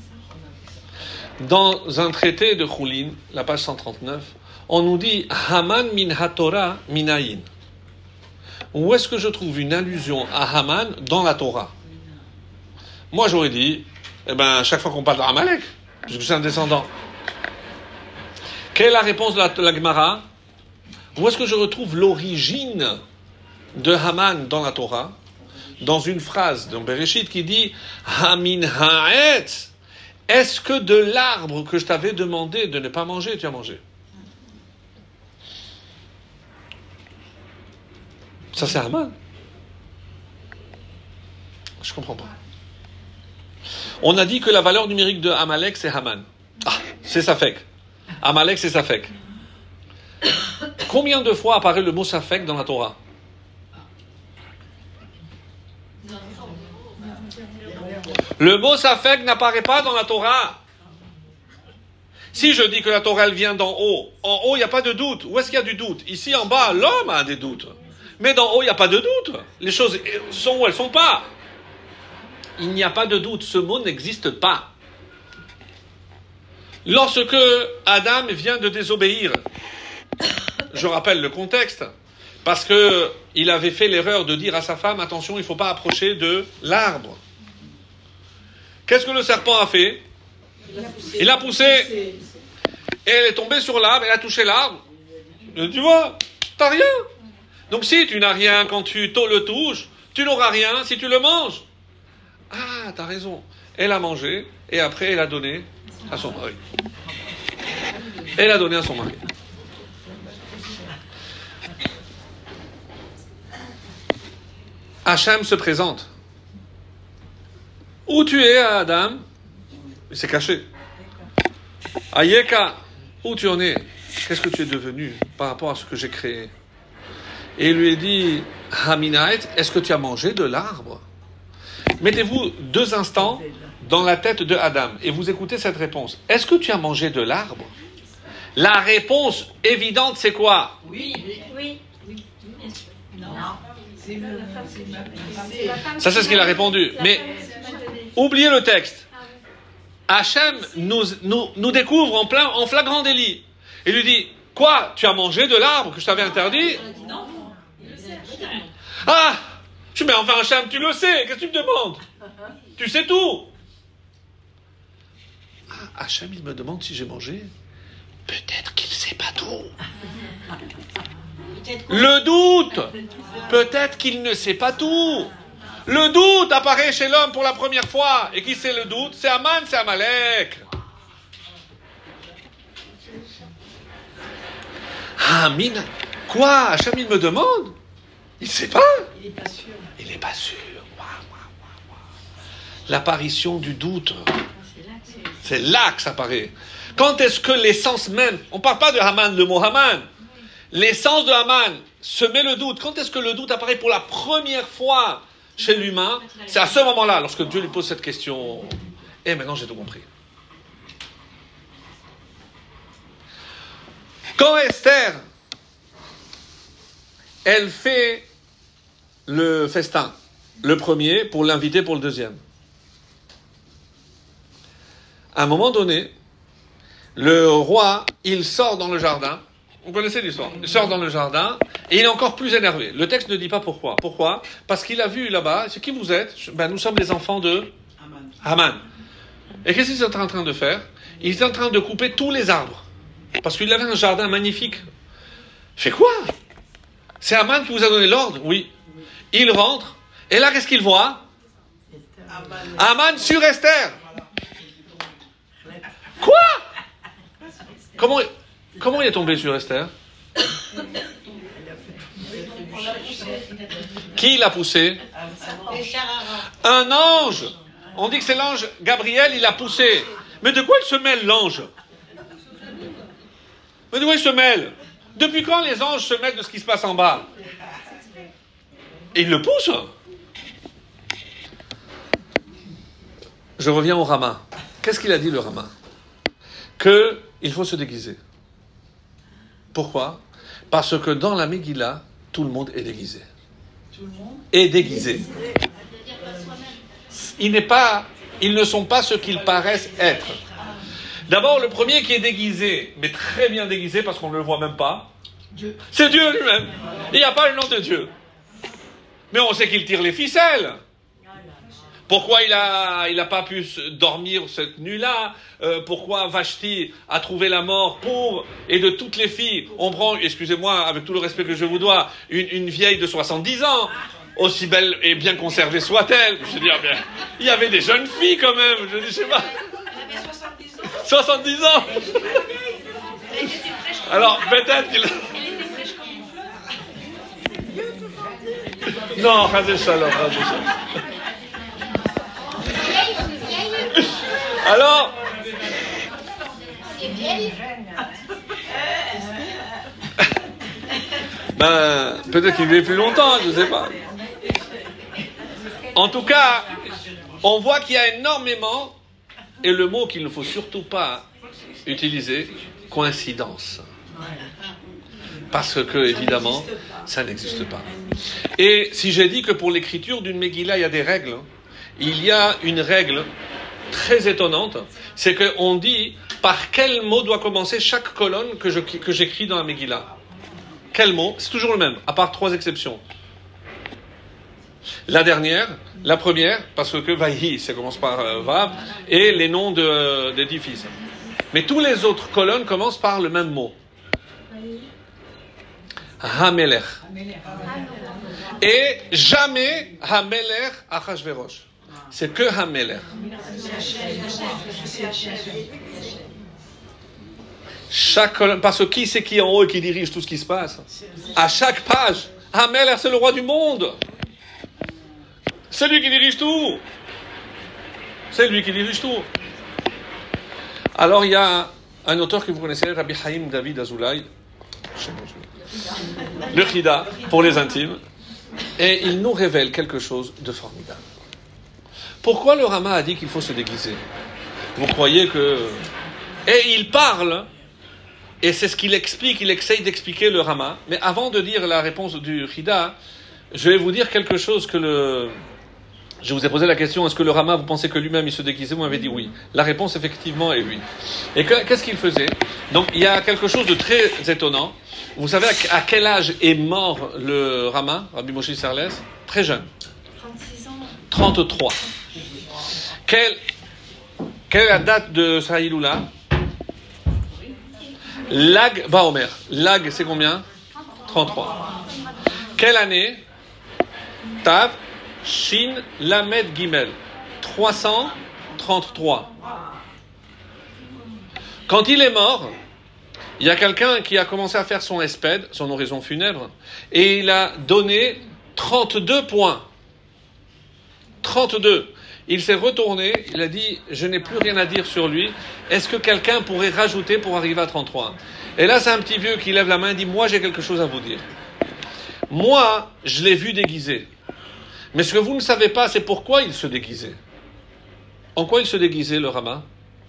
Dans un traité de Choulin, la page cent trente-neuf, on nous dit Haman min haTorah minayin. Où est-ce que je trouve une allusion à Haman dans la Torah? Moi, j'aurais dit, eh ben, chaque fois qu'on parle d'Amalek, puisque c'est un descendant. Quelle est la réponse de la, de la Gemara? Où est-ce que je retrouve l'origine de Haman dans la Torah? Dans une phrase de Bereshit qui dit Hamin ha'etz. Est-ce que de l'arbre que je t'avais demandé de ne pas manger, tu as mangé? Ça, c'est Haman. Je ne comprends pas. On a dit que la valeur numérique de Amalek, c'est Haman. Ah, c'est Safek. Amalek, c'est Safek. Combien de fois apparaît le mot Safek dans la Torah? Le mot Safek n'apparaît pas dans la Torah. Si je dis que la Torah, elle vient d'en haut, en haut, il n'y a pas de doute. Où est-ce qu'il y a du doute? Ici, en bas, l'homme a des doutes. Mais d'en haut, il n'y a pas de doute. Les choses sont où elles ne sont pas. Il n'y a pas de doute. Ce mot n'existe pas. Lorsque Adam vient de désobéir, je rappelle le contexte, parce qu'il avait fait l'erreur de dire à sa femme, attention, il ne faut pas approcher de l'arbre. Qu'est-ce que le serpent a fait? Il a poussé. Il a poussé. Et elle est tombée sur l'arbre, elle a touché l'arbre. Tu vois, t'as rien. Donc si tu n'as rien quand tu le touches, tu n'auras rien si tu le manges. Ah, t'as raison. Elle a mangé, et après elle a donné à son mari. Elle a donné à son mari. Hachem se présente. Où tu es, Adam? Il s'est caché. Ayeka, où tu en es? Qu'est-ce que tu es devenu par rapport à ce que j'ai créé? Et il lui dit, Haminaet, est-ce que tu as mangé de l'arbre? Mettez-vous deux instants dans la tête de Adam et vous écoutez cette réponse. Est-ce que tu as mangé de l'arbre? La réponse évidente, c'est quoi? Oui. Oui. Non. C'est le- Ça, c'est ce qu'il a répondu. Mais oubliez le texte. Hachem nous, nous, nous découvre en, plein, en flagrant délit. Il lui dit, quoi? Tu as mangé de l'arbre que je t'avais interdit? Ah! Je mets enfin Hachem, tu le sais. Qu'est-ce que tu me demandes? Tu sais tout. Ah, Hachem, il me demande si j'ai mangé. Peut-être qu'il ne sait pas tout. Le doute. Peut-être qu'il ne sait pas tout. Le doute apparaît chez l'homme pour la première fois. Et qui c'est le doute? C'est Haman, c'est Amalek. Ah, mine. Quoi? Hachem, il me demande? Il ne sait pas. Il n'est pas sûr. Il n'est pas sûr. Waouh, waouh, waouh, waouh. L'apparition du doute. C'est là que ça apparaît. Quand est-ce que l'essence même, on ne parle pas de Haman, le mot Haman, l'essence de Haman se met le doute. Quand est-ce que le doute apparaît pour la première fois chez l'humain? C'est à ce moment-là, lorsque Dieu lui pose cette question. Et maintenant j'ai tout compris. Quand Esther, elle fait le festin, le premier pour l'inviter pour le deuxième. À un moment donné, le roi, il sort dans le jardin. Vous connaissez l'histoire. Il sort dans le jardin et il est encore plus énervé. Le texte ne dit pas pourquoi. Pourquoi? Parce qu'il a vu là-bas, c'est qui vous êtes? Ben, nous sommes les enfants de Haman. Haman. Et qu'est-ce qu'il est en train de faire? Il est en train de couper tous les arbres. Parce qu'il avait un jardin magnifique. Fait quoi? C'est Haman qui vous a donné l'ordre? Oui. Il rentre et là, qu'est-ce qu'il voit? Haman. Haman sur Esther. Quoi? Comment, comment il est tombé sur Esther? Qui l'a poussé? Un ange. On dit que c'est l'ange Gabriel, il l'a poussé. Mais de quoi il se mêle, l'ange? Mais de quoi il se mêle? Depuis quand les anges se mêlent de ce qui se passe en bas? Et il le pousse. Je reviens au Rama. Qu'est-ce qu'il a dit, le Rama? Qu'il faut se déguiser. Pourquoi? Parce que dans la Megillah, tout le monde est déguisé. Tout le monde est déguisé. Il n'est pas, ils ne sont pas ce qu'ils paraissent être. D'abord, le premier qui est déguisé, mais très bien déguisé, parce qu'on ne le voit même pas, Dieu. C'est Dieu lui-même. Il n'y a pas le nom de Dieu. Mais on sait qu'il tire les ficelles. Pourquoi il n'a il a pas pu dormir cette nuit-là? euh, Pourquoi Vashti a trouvé la mort pour... Et de toutes les filles, on prend, excusez-moi, avec tout le respect que je vous dois, une, une vieille de soixante-dix ans, aussi belle et bien conservée soit-elle. Je veux dire, bien, il y avait des jeunes filles quand même, je ne sais pas. Elle avait soixante-dix ans. soixante-dix ans. Elle était fraîche comme Alors, peut-être qu'il... Elle était fraîche comme une fleur. Non, Razé Shalom, Razé Shalom. Alors, ben, peut-être qu'il vivait plus longtemps, je ne sais pas. En tout cas, on voit qu'il y a énormément, et le mot qu'il ne faut surtout pas utiliser, coïncidence. Parce que, évidemment, ça n'existe pas. Et si j'ai dit que pour l'écriture d'une Megillah, il y a des règles, il y a une règle très étonnante, c'est qu'on dit par quel mot doit commencer chaque colonne que, je, que j'écris dans la Megillah. Quel mot? C'est toujours le même, à part trois exceptions. La dernière, la première, parce que Vaïhi, ça commence par euh, Vav, et les noms de, euh, des dix fils. Mais tous les autres colonnes commencent par le même mot. Hamelech. Et jamais Hamelech Achashverosh. C'est que Hamelech. Chaque colonne, parce que qui c'est qui en haut et qui dirige tout ce qui se passe? À chaque page, Hamelech, c'est le roi du monde. C'est lui qui dirige tout. C'est lui qui dirige tout. Alors il y a un auteur que vous connaissez, Rabbi Haïm David Azoulay, le Chida, pour les intimes, et il nous révèle quelque chose de formidable. Pourquoi le Rama a dit qu'il faut se déguiser? Vous croyez que... Et il parle, et c'est ce qu'il explique, il essaye d'expliquer le Rama, mais avant de dire la réponse du Chida, je vais vous dire quelque chose que le... Je vous ai posé la question, est-ce que le Rama, vous pensez que lui-même il se déguisait? Vous m'avez dit oui. La réponse effectivement est oui. Et que, qu'est-ce qu'il faisait? Donc il y a quelque chose de très étonnant. Vous savez à quel âge est mort le Rama, Rabbi Moshe Sarles? Très jeune. trente-six ans. trente-trois. Quelle, quelle est la date de sa Hiloula? Lag Baomer. Lag, c'est combien? trente-trois. Quelle année? Tav Shin Lamed Gimel. trois cent trente-trois. Quand il est mort, il y a quelqu'un qui a commencé à faire son espède, son oraison funèbre, et il a donné trente-deux points. trente-deux. Il s'est retourné, il a dit, je n'ai plus rien à dire sur lui, est-ce que quelqu'un pourrait rajouter pour arriver à trente-trois? Et là, c'est un petit vieux qui lève la main et dit, moi j'ai quelque chose à vous dire. Moi, je l'ai vu déguisé. Mais ce que vous ne savez pas, c'est pourquoi il se déguisait. En quoi il se déguisait, le Rama?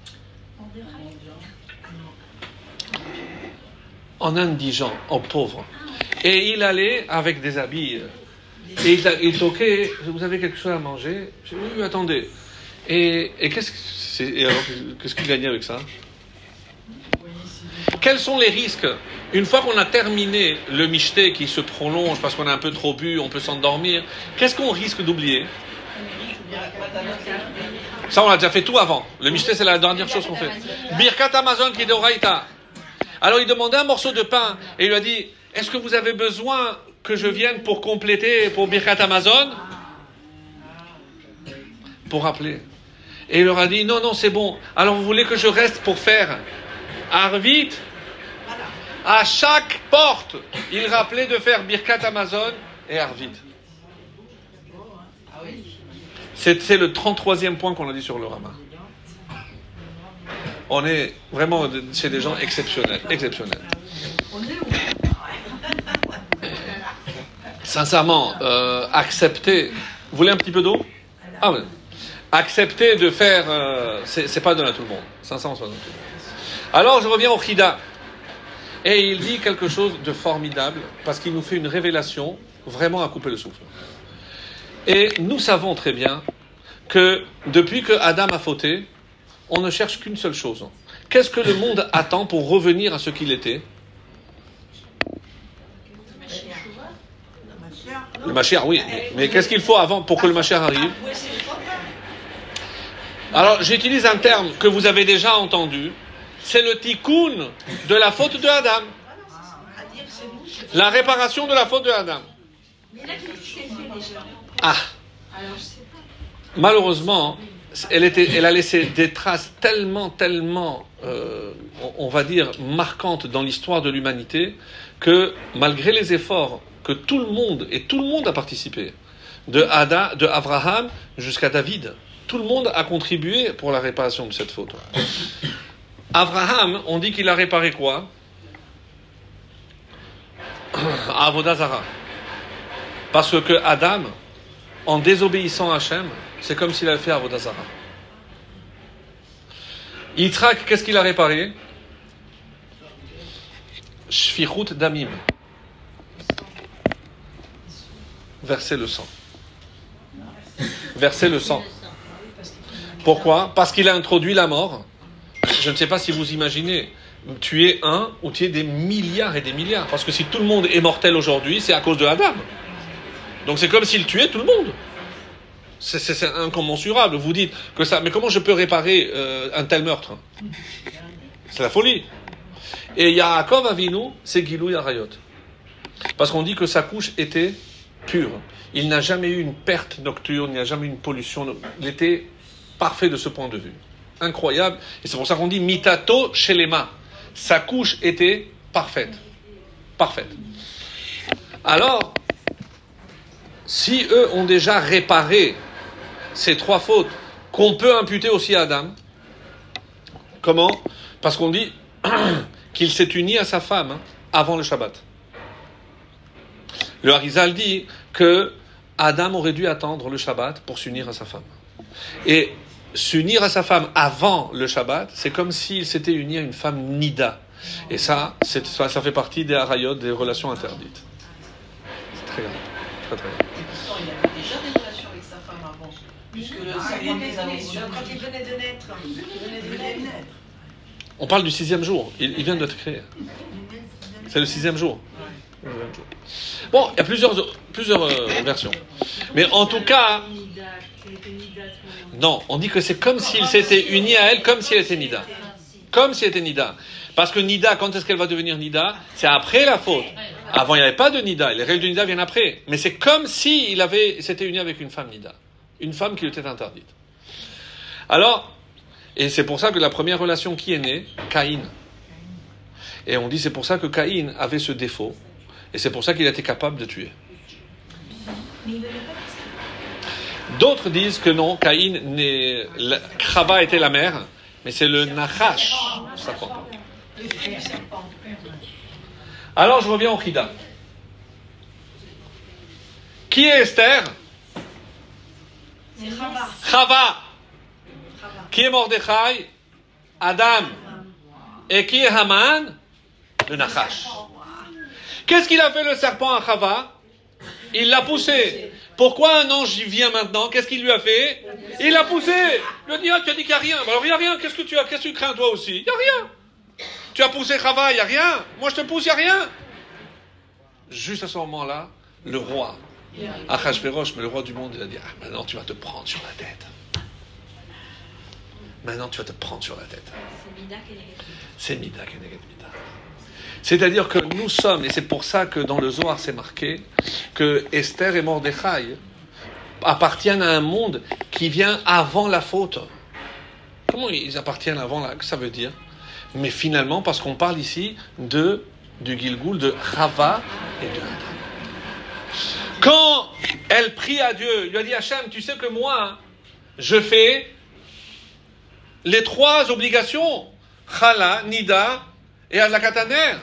En indigent, en pauvre. Et il allait avec des habits... Et il, a, il toquait, vous avez quelque chose à manger? J'ai dit, oui, attendez. Et, et, qu'est-ce, que c'est, et alors, qu'est-ce qu'il gagnait avec ça? Quels sont les risques? Une fois qu'on a terminé le michté qui se prolonge parce qu'on a un peu trop bu, on peut s'endormir, qu'est-ce qu'on risque d'oublier? Ça, on a déjà fait tout avant. Le michté, c'est la dernière chose qu'on fait. Birkat Amazon qui d'Oraïta. Alors, il demandait un morceau de pain et il lui a dit, est-ce que vous avez besoin que je vienne pour compléter pour Birkat Amazon? Pour rappeler. Et il leur a dit, non, non, c'est bon. Alors vous voulez que je reste pour faire Arvit? À chaque porte, il rappelait de faire Birkat Amazon et Arvit. C'est, c'est le trente-troisième point qu'on a dit sur le Rama. On est vraiment chez des gens exceptionnels. exceptionnels. Sincèrement, euh, accepter... Vous voulez un petit peu d'eau? Ah oui. Accepter de faire... Euh, c'est, c'est pas donné à tout le monde. Sincèrement, c'est pas donné à tout le monde. Alors, je reviens au Chida. Et il dit quelque chose de formidable, parce qu'il nous fait une révélation vraiment à couper le souffle. Et nous savons très bien que depuis que Adam a fauté, on ne cherche qu'une seule chose. Qu'est-ce que le monde attend pour revenir à ce qu'il était? Le Mashiach, oui. Mais, mais qu'est-ce qu'il faut avant pour que le Mashiach arrive? Alors, j'utilise un terme que vous avez déjà entendu. C'est le tikkun de la faute de Adam. La réparation de la faute de Adam. Ah. Malheureusement, elle, était, elle a laissé des traces tellement, tellement, euh, on va dire, marquantes dans l'histoire de l'humanité, que malgré les efforts que tout le monde, et tout le monde a participé, de Ada, de Abraham jusqu'à David, tout le monde a contribué pour la réparation de cette faute. Abraham, on dit qu'il a réparé quoi? Avodah Zara. Parce que Adam, en désobéissant à Hachem, c'est comme s'il avait fait Avodah Zara. Yitzhak, qu'est-ce qu'il a réparé? Shfichut Damim. Verser le sang. Verser le sang. Pourquoi? Parce qu'il a introduit la mort. Je ne sais pas si vous imaginez tuer un ou tuer des milliards et des milliards. Parce que si tout le monde est mortel aujourd'hui, c'est à cause de Adam. Donc c'est comme s'il tuait tout le monde. C'est, c'est, c'est incommensurable. Vous dites que ça... Mais comment je peux réparer euh, un tel meurtre? C'est la folie. Et Yaakov Avinu, c'est Gilou Yarayot. Parce qu'on dit que sa couche était pure. Il n'a jamais eu une perte nocturne, il n'y a jamais eu une pollution. Il était parfait de ce point de vue. Incroyable. Et c'est pour ça qu'on dit Mitato Shelema. Sa couche était parfaite. Parfaite. Alors, si eux ont déjà réparé ces trois fautes qu'on peut imputer aussi à Adam, comment? Parce qu'on dit qu'il s'est uni à sa femme hein, avant le Shabbat. Le Harizal dit que Adam aurait dû attendre le Shabbat pour s'unir à sa femme. Et s'unir à sa femme avant le Shabbat, c'est comme s'il s'était uni à une femme nida. Et ça, c'est, ça, ça fait partie des harayot, des relations interdites. C'est très grave. Très, très grave. Et pourtant, il avait déjà des relations avec sa femme avant. Puisque le serment des Amours. Quand il venait de naître. Il venait de naître. On parle du sixième jour. Il, il vient d'être créé. C'est le sixième jour. Bon, il y a plusieurs, plusieurs euh, versions. Mais en tout cas, non, on dit que c'est comme s'il s'était uni à elle, comme si elle était Nida. Comme si elle était Nida. Parce que Nida, quand est-ce qu'elle va devenir Nida? C'est après la faute. Avant, il n'y avait pas de Nida. Les règles de Nida viennent après. Mais c'est comme s'il avait, s'était uni avec une femme Nida. Une femme qui lui était interdite. Alors, et c'est pour ça que la première relation qui est née, Caïn. Et on dit c'est pour ça que Caïn avait ce défaut. Et c'est pour ça qu'il était capable de tuer. D'autres disent que non, Caïn n'est... Chava était la mère, mais c'est le Nachash. Ça compte. Alors je reviens au Chida. Qui est Esther? C'est Chava. Chava. Qui est Mordechai? Adam. Et qui est Haman? Le Nachash. Qu'est-ce qu'il a fait le serpent à Chava? Il l'a poussé. Pourquoi un ange vient maintenant? Qu'est-ce qu'il lui a fait? Il l'a poussé. Il lui a dit, ah, tu as dit qu'il n'y a rien. Alors il n'y a rien. Qu'est-ce que tu as? Qu'est-ce que tu crains toi aussi? Il n'y a rien. Tu as poussé Chava, il n'y a rien. Moi je te pousse, il n'y a rien. Juste à ce moment-là, le roi, Achashverosh, mais le roi du monde, il a dit, ah, maintenant tu vas te prendre sur la tête. Maintenant tu vas te prendre sur la tête. C'est Mida Keneged Mida. C'est-à-dire que nous sommes, et c'est pour ça que dans le Zohar c'est marqué, que Esther et Mordechai appartiennent à un monde qui vient avant la faute. comment ils appartiennent avant là? Que ça veut dire? Mais finalement, parce qu'on parle ici de, du Gilgoul, de Chava et de Adam. Quand elle prie à Dieu, lui a dit Hachem, tu sais que moi, je fais les trois obligations. Chala, Nida et Adlakataner.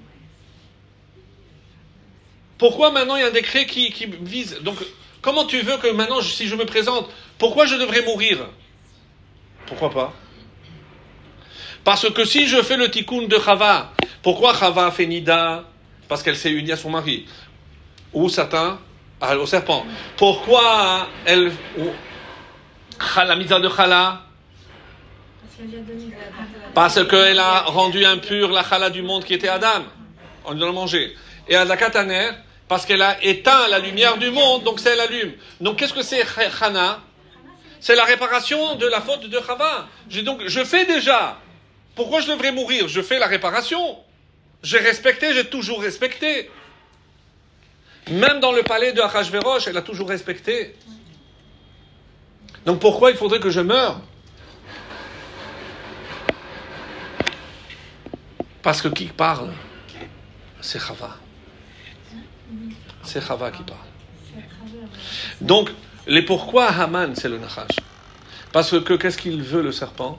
Pourquoi maintenant il y a un décret qui, qui vise? Donc, comment tu veux que maintenant, si je me présente, pourquoi je devrais mourir? Pourquoi pas? Parce que si je fais le tikkun de Chava, pourquoi Chava fait Nida? Parce qu'elle s'est unie à son mari. Ou Satan au serpent. Pourquoi elle... Ou, la mitzvah de Chala? Parce qu'elle a rendu impure la Chala du monde qui était Adam, en lui donnant à manger. Et à la Kataner, parce qu'elle a éteint la lumière du monde, donc c'est elle allume. Donc qu'est-ce que c'est Chana? C'est la réparation de la faute de Chava. J'ai donc, je fais déjà. Pourquoi je devrais mourir? Je fais la réparation. J'ai respecté, j'ai toujours respecté. Même dans le palais de Achashverosh, elle a toujours respecté. Donc pourquoi il faudrait que je meure? Parce que qui parle? C'est Chava. C'est Chava qui parle. Donc, les pourquoi Haman, c'est le Nachash. Parce que qu'est-ce qu'il veut, le serpent?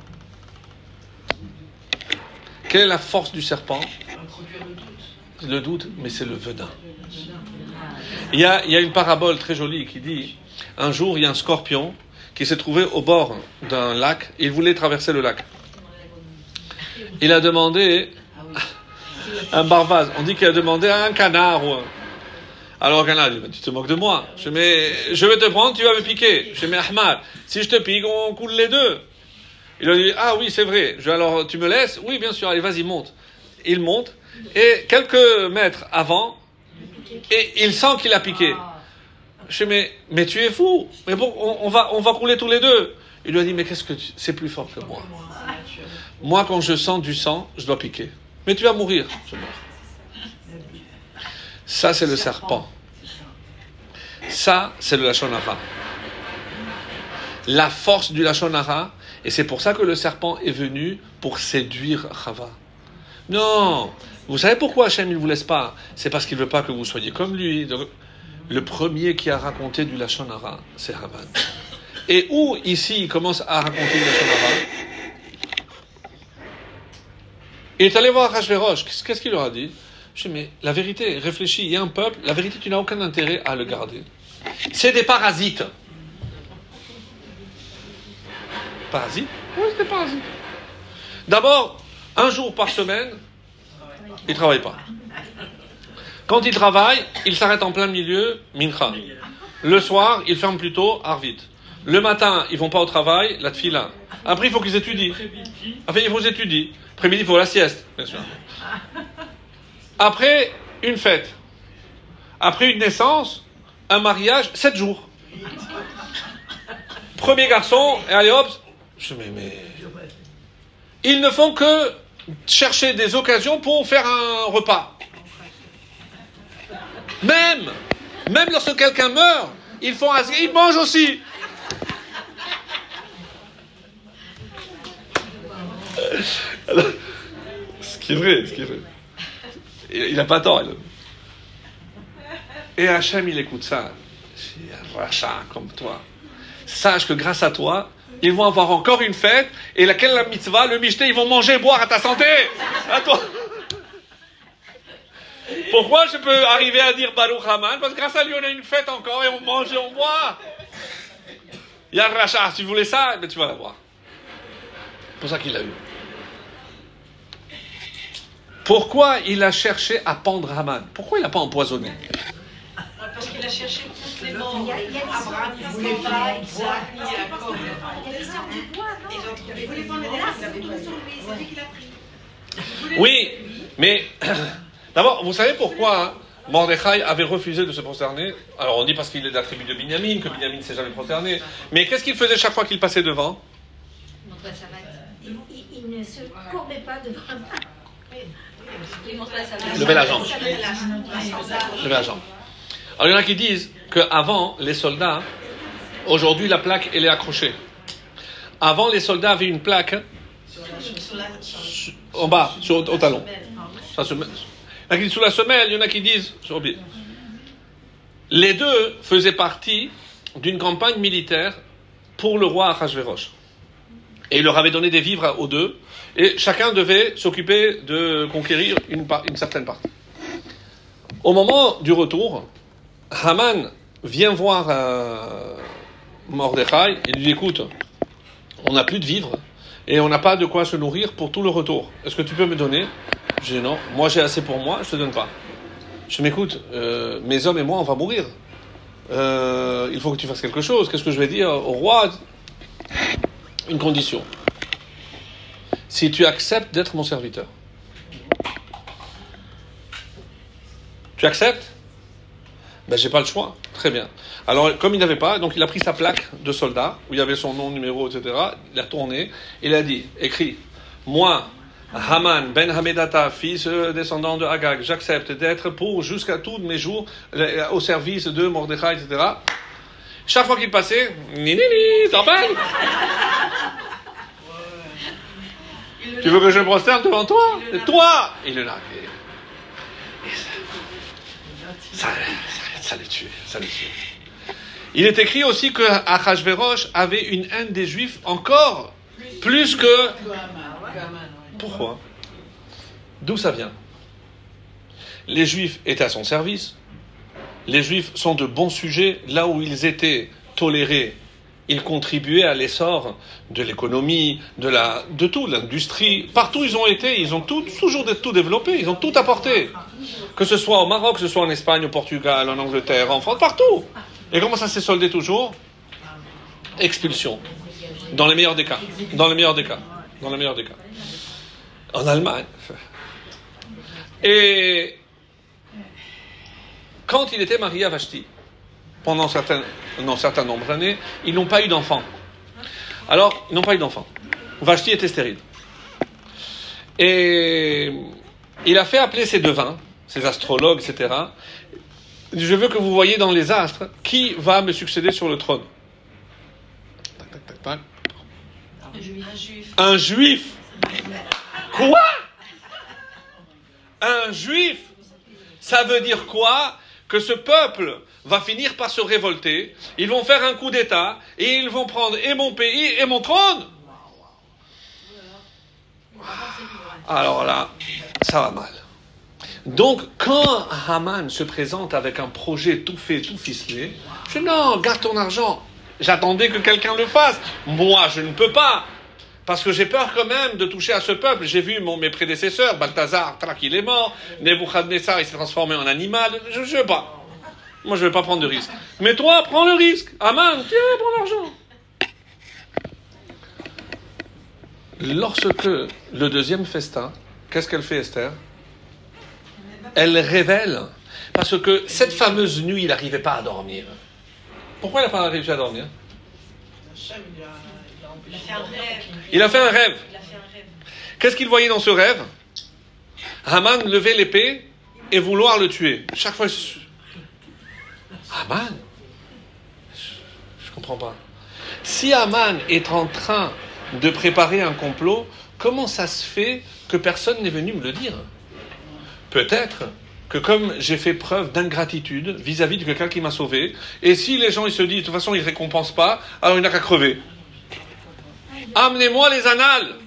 Quelle est la force du serpent? Introduire le doute. Le doute, mais c'est le venin. Il y a, il y a une parabole très jolie qui dit, un jour, il y a un scorpion qui s'est trouvé au bord d'un lac, et il voulait traverser le lac. Il a demandé, un barbase, on dit qu'il a demandé à un canard. Ou un... Alors le canard dit, tu te moques de moi. Je, mais, je vais te prendre, tu vas me piquer. Je dis, mais Ahmad, si je te pique, on coule les deux. Il a dit, ah oui, c'est vrai. Je, alors, tu me laisses? Oui, bien sûr, allez, vas-y, monte. Il monte, et quelques mètres avant, et il sent qu'il a piqué. Je dis, mais, mais tu es fou. Mais bon, on, on, va, on va couler tous les deux. Il lui a dit, mais qu'est-ce que tu... c'est plus fort que moi. Moi, quand je sens du sang, je dois piquer. Mais tu vas mourir. Je meurs. Ça, c'est le serpent. Ça, c'est le Lachon Hara. La force du Lachon Hara. Et c'est pour ça que le serpent est venu pour séduire Chava. Non. Vous savez pourquoi Hachem ne vous laisse pas? C'est parce qu'il ne veut pas que vous soyez comme lui. Donc, le premier qui a raconté du Lachon Hara, c'est Haman. Et où, ici, il commence à raconter du Lachon Hara? Il est allé voir Achashverosh. Qu'est-ce qu'il leur a dit? Je dis, mais la vérité, réfléchis, il y a un peuple, la vérité, tu n'as aucun intérêt à le garder. C'est des parasites. Parasites? Oui, c'est des parasites. D'abord, un jour par semaine, ils ne travaillent pas. Quand ils travaillent, ils s'arrêtent en plein milieu, mincha. Le soir, ils ferment plus tôt, arvit. Le matin, ils ne vont pas au travail, la tfila. Après, il faut qu'ils étudient. Après, il faut qu'ils étudient. Après-midi, il faut la sieste, bien sûr. Après, une fête. Après une naissance, un mariage, sept jours. Premier garçon, et allez hop. Je dis, mais, mais... Ils ne font que chercher des occasions pour faire un repas. Même, même lorsque quelqu'un meurt, ils font, ils mangent aussi. Alors, ce qui est vrai, ce qui est vrai. Il n'a pas tort. Il... Et Hachem, il écoute ça. C'est un rachat comme toi. Sache que grâce à toi, ils vont avoir encore une fête, et laquelle la mitzvah, le michté, ils vont manger et boire à ta santé. À toi. Pourquoi je peux arriver à dire Baruch Haman? Parce que grâce à lui, on a une fête encore, et on mange et on boit. Il y a un rachat. Si tu voulais ça, mais tu vas l'avoir. C'est pour ça qu'il l'a eu. Pourquoi il a cherché à pendre Haman? Pourquoi il n'a pas empoisonné? Parce qu'il a cherché toutes les morts. Il y a Abraham, il voulait Isaac, Isaac, Jacob. Il y a l'histoire du bois, non? Il voulait prendre les morts, il avait tout sur lui, c'est lui qui l'a pris. Oui, mais d'abord, vous savez pourquoi hein, Mordechai avait refusé de se prosterner? Alors on dit parce qu'il est de la tribu de Binyamin, que Binyamin ne s'est jamais prosterné. Mais qu'est-ce qu'il faisait chaque fois qu'il passait devant? Il, il, il ne se courbait pas devant Levez la jambe. Levez la jambe. Alors il y en a qui disent qu'avant, les soldats, aujourd'hui la plaque, elle est accrochée. Avant, les soldats avaient une plaque hein, Sur la, sur la, sur la, en bas, sur, au talon. semelle, pardon. Ça se met- Il y en a qui disent sous la semelle, il y en a qui disent sur le pied. Les deux faisaient partie d'une campagne militaire pour le roi Ahasverosh. Et il leur avait donné des vivres aux deux, et chacun devait s'occuper de conquérir une, par- une certaine partie. Au moment du retour, Haman vient voir euh, Mordechai et lui dit, écoute, on n'a plus de vivres et on n'a pas de quoi se nourrir pour tout le retour. Est-ce que tu peux me donner? Je dis non, moi j'ai assez pour moi, je te donne pas. Je dis, mais écoute, euh, mes hommes et moi on va mourir. Euh, il faut que tu fasses quelque chose. Qu'est-ce que je vais dire au roi? Une condition. Si tu acceptes d'être mon serviteur. Tu acceptes? Ben, j'ai pas le choix. Très bien. Alors, comme il n'avait pas, donc il a pris sa plaque de soldat, où il y avait son nom, numéro, et cetera. Il a tourné, il a dit, écrit, moi, Haman ben Hamedata, fils euh, descendant de Agag, j'accepte d'être pour jusqu'à tous mes jours euh, au service de Mordechai, et cetera. Chaque fois qu'il passait, ni ni ni, t'en parles? Tu veux que je me prosterne devant toi? C'est toi! Il le larguait. Et ça, ça, ça, ça les tuait, ça les tuait. Il est écrit aussi que Ahasverosh avait une haine des Juifs encore plus que... Que Haman, que Haman, ouais. Pourquoi? D'où ça vient? Les Juifs étaient à son service. Les Juifs sont de bons sujets. Là où ils étaient tolérés, ils contribuaient à l'essor de l'économie, de la, de tout, de l'industrie. Partout où ils ont été, ils ont tout, toujours tout développé, ils ont tout apporté. Que ce soit au Maroc, que ce soit en Espagne, au Portugal, en Angleterre, en France, partout. Et comment ça s'est soldé toujours? Expulsion. Dans les meilleurs des cas. Dans les meilleurs des cas. Dans les meilleurs des cas. En Allemagne. Et quand il était marié à Vashti, pendant certains, un certain nombre d'années, ils n'ont pas eu d'enfants. Alors, ils n'ont pas eu d'enfants. Vashti était stérile. Et il a fait appeler ses devins, ses astrologues, et cetera. Je veux que vous voyez dans les astres qui va me succéder sur le trône. Tac, tac, tac, tac. Un juif. Un juif. Quoi? Un juif? Ça veut dire quoi? Que ce peuple va finir par se révolter, ils vont faire un coup d'État, et ils vont prendre et mon pays et mon trône. Alors là, ça va mal. Donc, quand Haman se présente avec un projet tout fait, tout ficelé, je dis non, garde ton argent. J'attendais que quelqu'un le fasse. Moi, je ne peux pas. Parce que j'ai peur quand même de toucher à ce peuple. J'ai vu mon, mes prédécesseurs, Balthazar, trac, il est mort. Nebuchadnezzar, il s'est transformé en animal. Je ne veux pas. Moi, je ne vais pas prendre de risque. Mais toi, prends le risque. Haman, tiens, prends l'argent. Lorsque le deuxième festin, qu'est-ce qu'elle fait, Esther? Elle révèle. Parce que cette fameuse nuit, il n'arrivait pas à dormir. Pourquoi il n'a pas réussi à dormir? Hachem, il a- il a empêché Il a fait un de dormir rêve. pour qu'il- Il a fait un rêve. Il a fait un rêve. Qu'est-ce qu'il voyait dans ce rêve? Haman levait l'épée et vouloir le tuer. Chaque fois, je... Haman? Je ne comprends pas. Si Haman est en train de préparer un complot, comment ça se fait que personne n'est venu me le dire? Peut-être que comme j'ai fait preuve d'ingratitude vis-à-vis de quelqu'un qui m'a sauvé, et si les gens ils se disent de toute façon ils ne récompensent pas, alors il n'a qu'à crever. Amenez-moi les annales.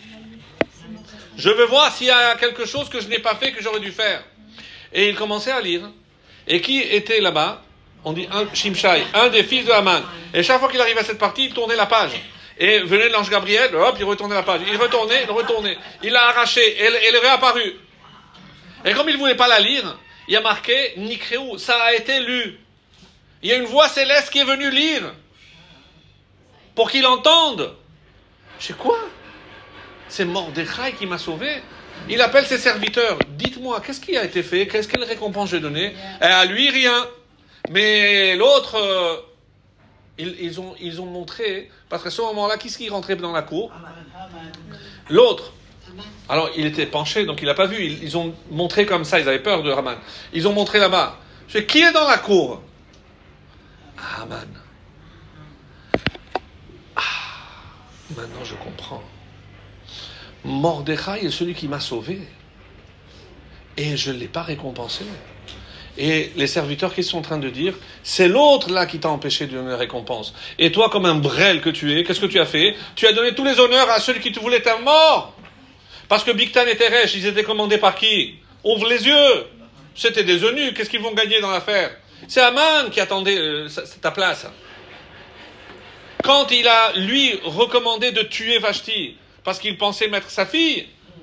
Je veux voir s'il y a quelque chose que je n'ai pas fait, que j'aurais dû faire. Et il commençait à lire. Et qui était là-bas? On dit un Shimshai, un des fils de Haman. Et chaque fois qu'il arrivait à cette partie, il tournait la page. Et venait l'ange Gabriel, hop, il retournait la page. Il retournait, il retournait. Il l'a arraché, et elle, elle est réapparue. Et comme il ne voulait pas la lire, il y a marqué Nikréou, ça a été lu. Il y a une voix céleste qui est venue lire. Pour qu'il entende. Je sais quoi? C'est Mordechai qui m'a sauvé. Il appelle ses serviteurs. Dites-moi, qu'est-ce qui a été fait? Qu'est-ce quelle récompense j'ai donnée? Et à lui, rien. Mais l'autre, euh, ils, ils, ont, ils ont montré, parce qu'à ce moment-là, qui est-ce qui rentrait dans la cour? Haman, Haman. L'autre. Alors, il était penché, donc il n'a pas vu. Ils, ils ont montré comme ça, ils avaient peur de Haman. Ils ont montré là-bas. Je dis, qui est dans la cour? Haman. Ah. Maintenant je comprends. Mordechai est celui qui m'a sauvé. Et je ne l'ai pas récompensé. Et les serviteurs qui sont en train de dire, c'est l'autre là qui t'a empêché de donner la récompense. Et toi, comme un brel que tu es, qu'est-ce que tu as fait? Tu as donné tous les honneurs à celui qui te voulait ta mort. Parce que Bigtan et Teresh, ils étaient commandés par qui? Ouvre les yeux. C'était des eunuques. Qu'est-ce qu'ils vont gagner dans l'affaire? C'est Aman qui attendait euh, ta place. Quand il a, lui, recommandé de tuer Vashti, parce qu'il pensait mettre sa fille,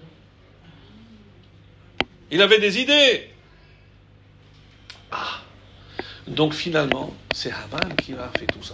il avait des idées. Ah. Donc finalement, c'est Haman qui a fait tout ça.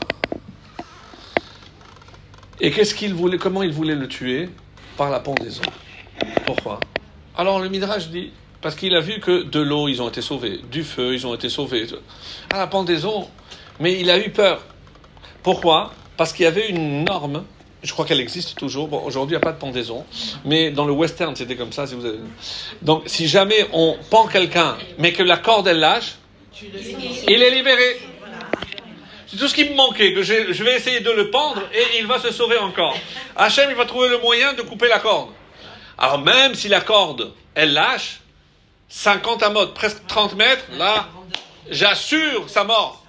Et qu'est-ce qu'il voulait, comment il voulait le tuer? Par la pendaison. Pourquoi? Alors le Midrash dit, parce qu'il a vu que de l'eau, ils ont été sauvés, du feu, ils ont été sauvés. À la pendaison, mais il a eu peur. Pourquoi? Parce qu'il y avait une norme, je crois qu'elle existe toujours, bon, aujourd'hui il n'y a pas de pendaison, mais dans le western c'était comme ça. Si vous avez... Donc si jamais on pend quelqu'un, mais que la corde elle lâche, il est libéré. C'est tout ce qui me manquait, que je, je vais essayer de le pendre et il va se sauver encore. Hachem, il va trouver le moyen de couper la corde. Alors même si la corde, elle lâche, cinquante amot, presque trente mètres, là, j'assure sa mort.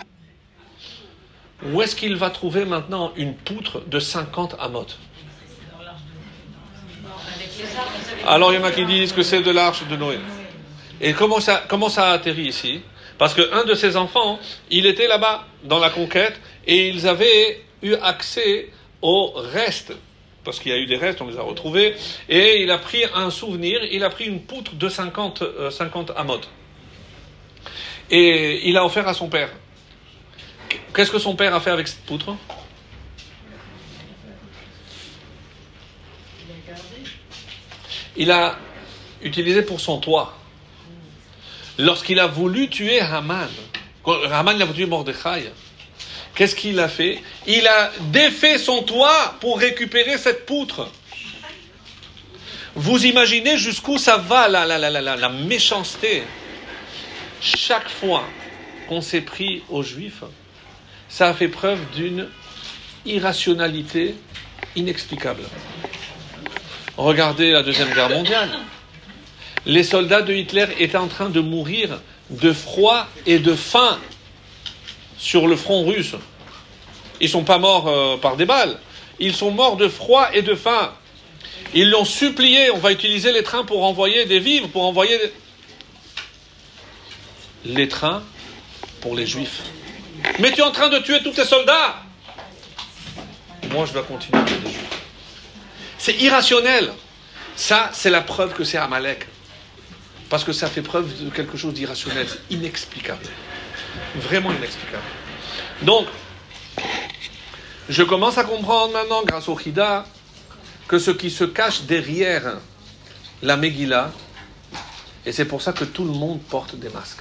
Où est-ce qu'il va trouver maintenant une poutre de cinquante amot? Alors il y en a qui disent que c'est de l'arche de Noé. Et comment ça, comment ça a atterri ici? Parce qu'un de ses enfants, il était là-bas, dans la conquête, et ils avaient eu accès aux restes. Parce qu'il y a eu des restes, on les a retrouvés, et il a pris un souvenir, il a pris une poutre de cinquante, euh, cinquante amot. Et il a offert à son père. Qu'est-ce que son père a fait avec cette poutre? Il a utilisé pour son toit. Lorsqu'il a voulu tuer Haman, Haman il a voulu tuer Mordechai, qu'est-ce qu'il a fait? Il a défait son toit pour récupérer cette poutre. Vous imaginez jusqu'où ça va la, la, la, la, la, la méchanceté? Chaque fois qu'on s'est pris aux Juifs, ça a fait preuve d'une irrationalité inexplicable. Regardez la Deuxième Guerre mondiale. Les soldats de Hitler étaient en train de mourir de froid et de faim sur le front russe. Ils ne sont pas morts euh, par des balles. Ils sont morts de froid et de faim. Ils l'ont supplié, on va utiliser les trains pour envoyer des vivres, pour envoyer des... les trains pour les Juifs. Mais tu es en train de tuer tous tes soldats. Moi, je dois continuer à tuer des Juifs. C'est irrationnel. Ça, c'est la preuve que c'est Amalek. Parce que ça fait preuve de quelque chose d'irrationnel. C'est inexplicable. Vraiment inexplicable. Donc, je commence à comprendre maintenant, grâce au Chida, que ce qui se cache derrière la Megillah, et c'est pour ça que tout le monde porte des masques.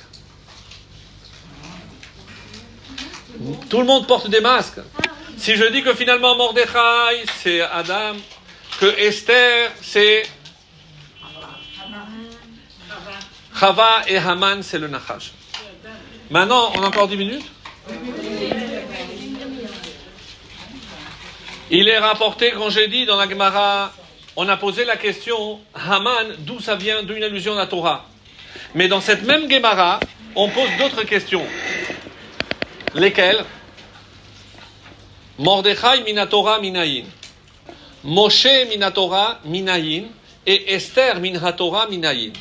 Tout le monde porte des masques. Si je dis que finalement Mordechai, c'est Adam, que Esther, c'est Chava et Haman, c'est le Nachash. Maintenant, on a encore dix minutes? Il est rapporté, quand j'ai dit dans la Gemara, on a posé la question, Haman, d'où ça vient, d'une allusion à la Torah. Mais dans cette même Gemara, on pose d'autres questions. Lesquelles? Mordechai minatora minayin, Moshe minatora minayin, et Esther minatora minayin.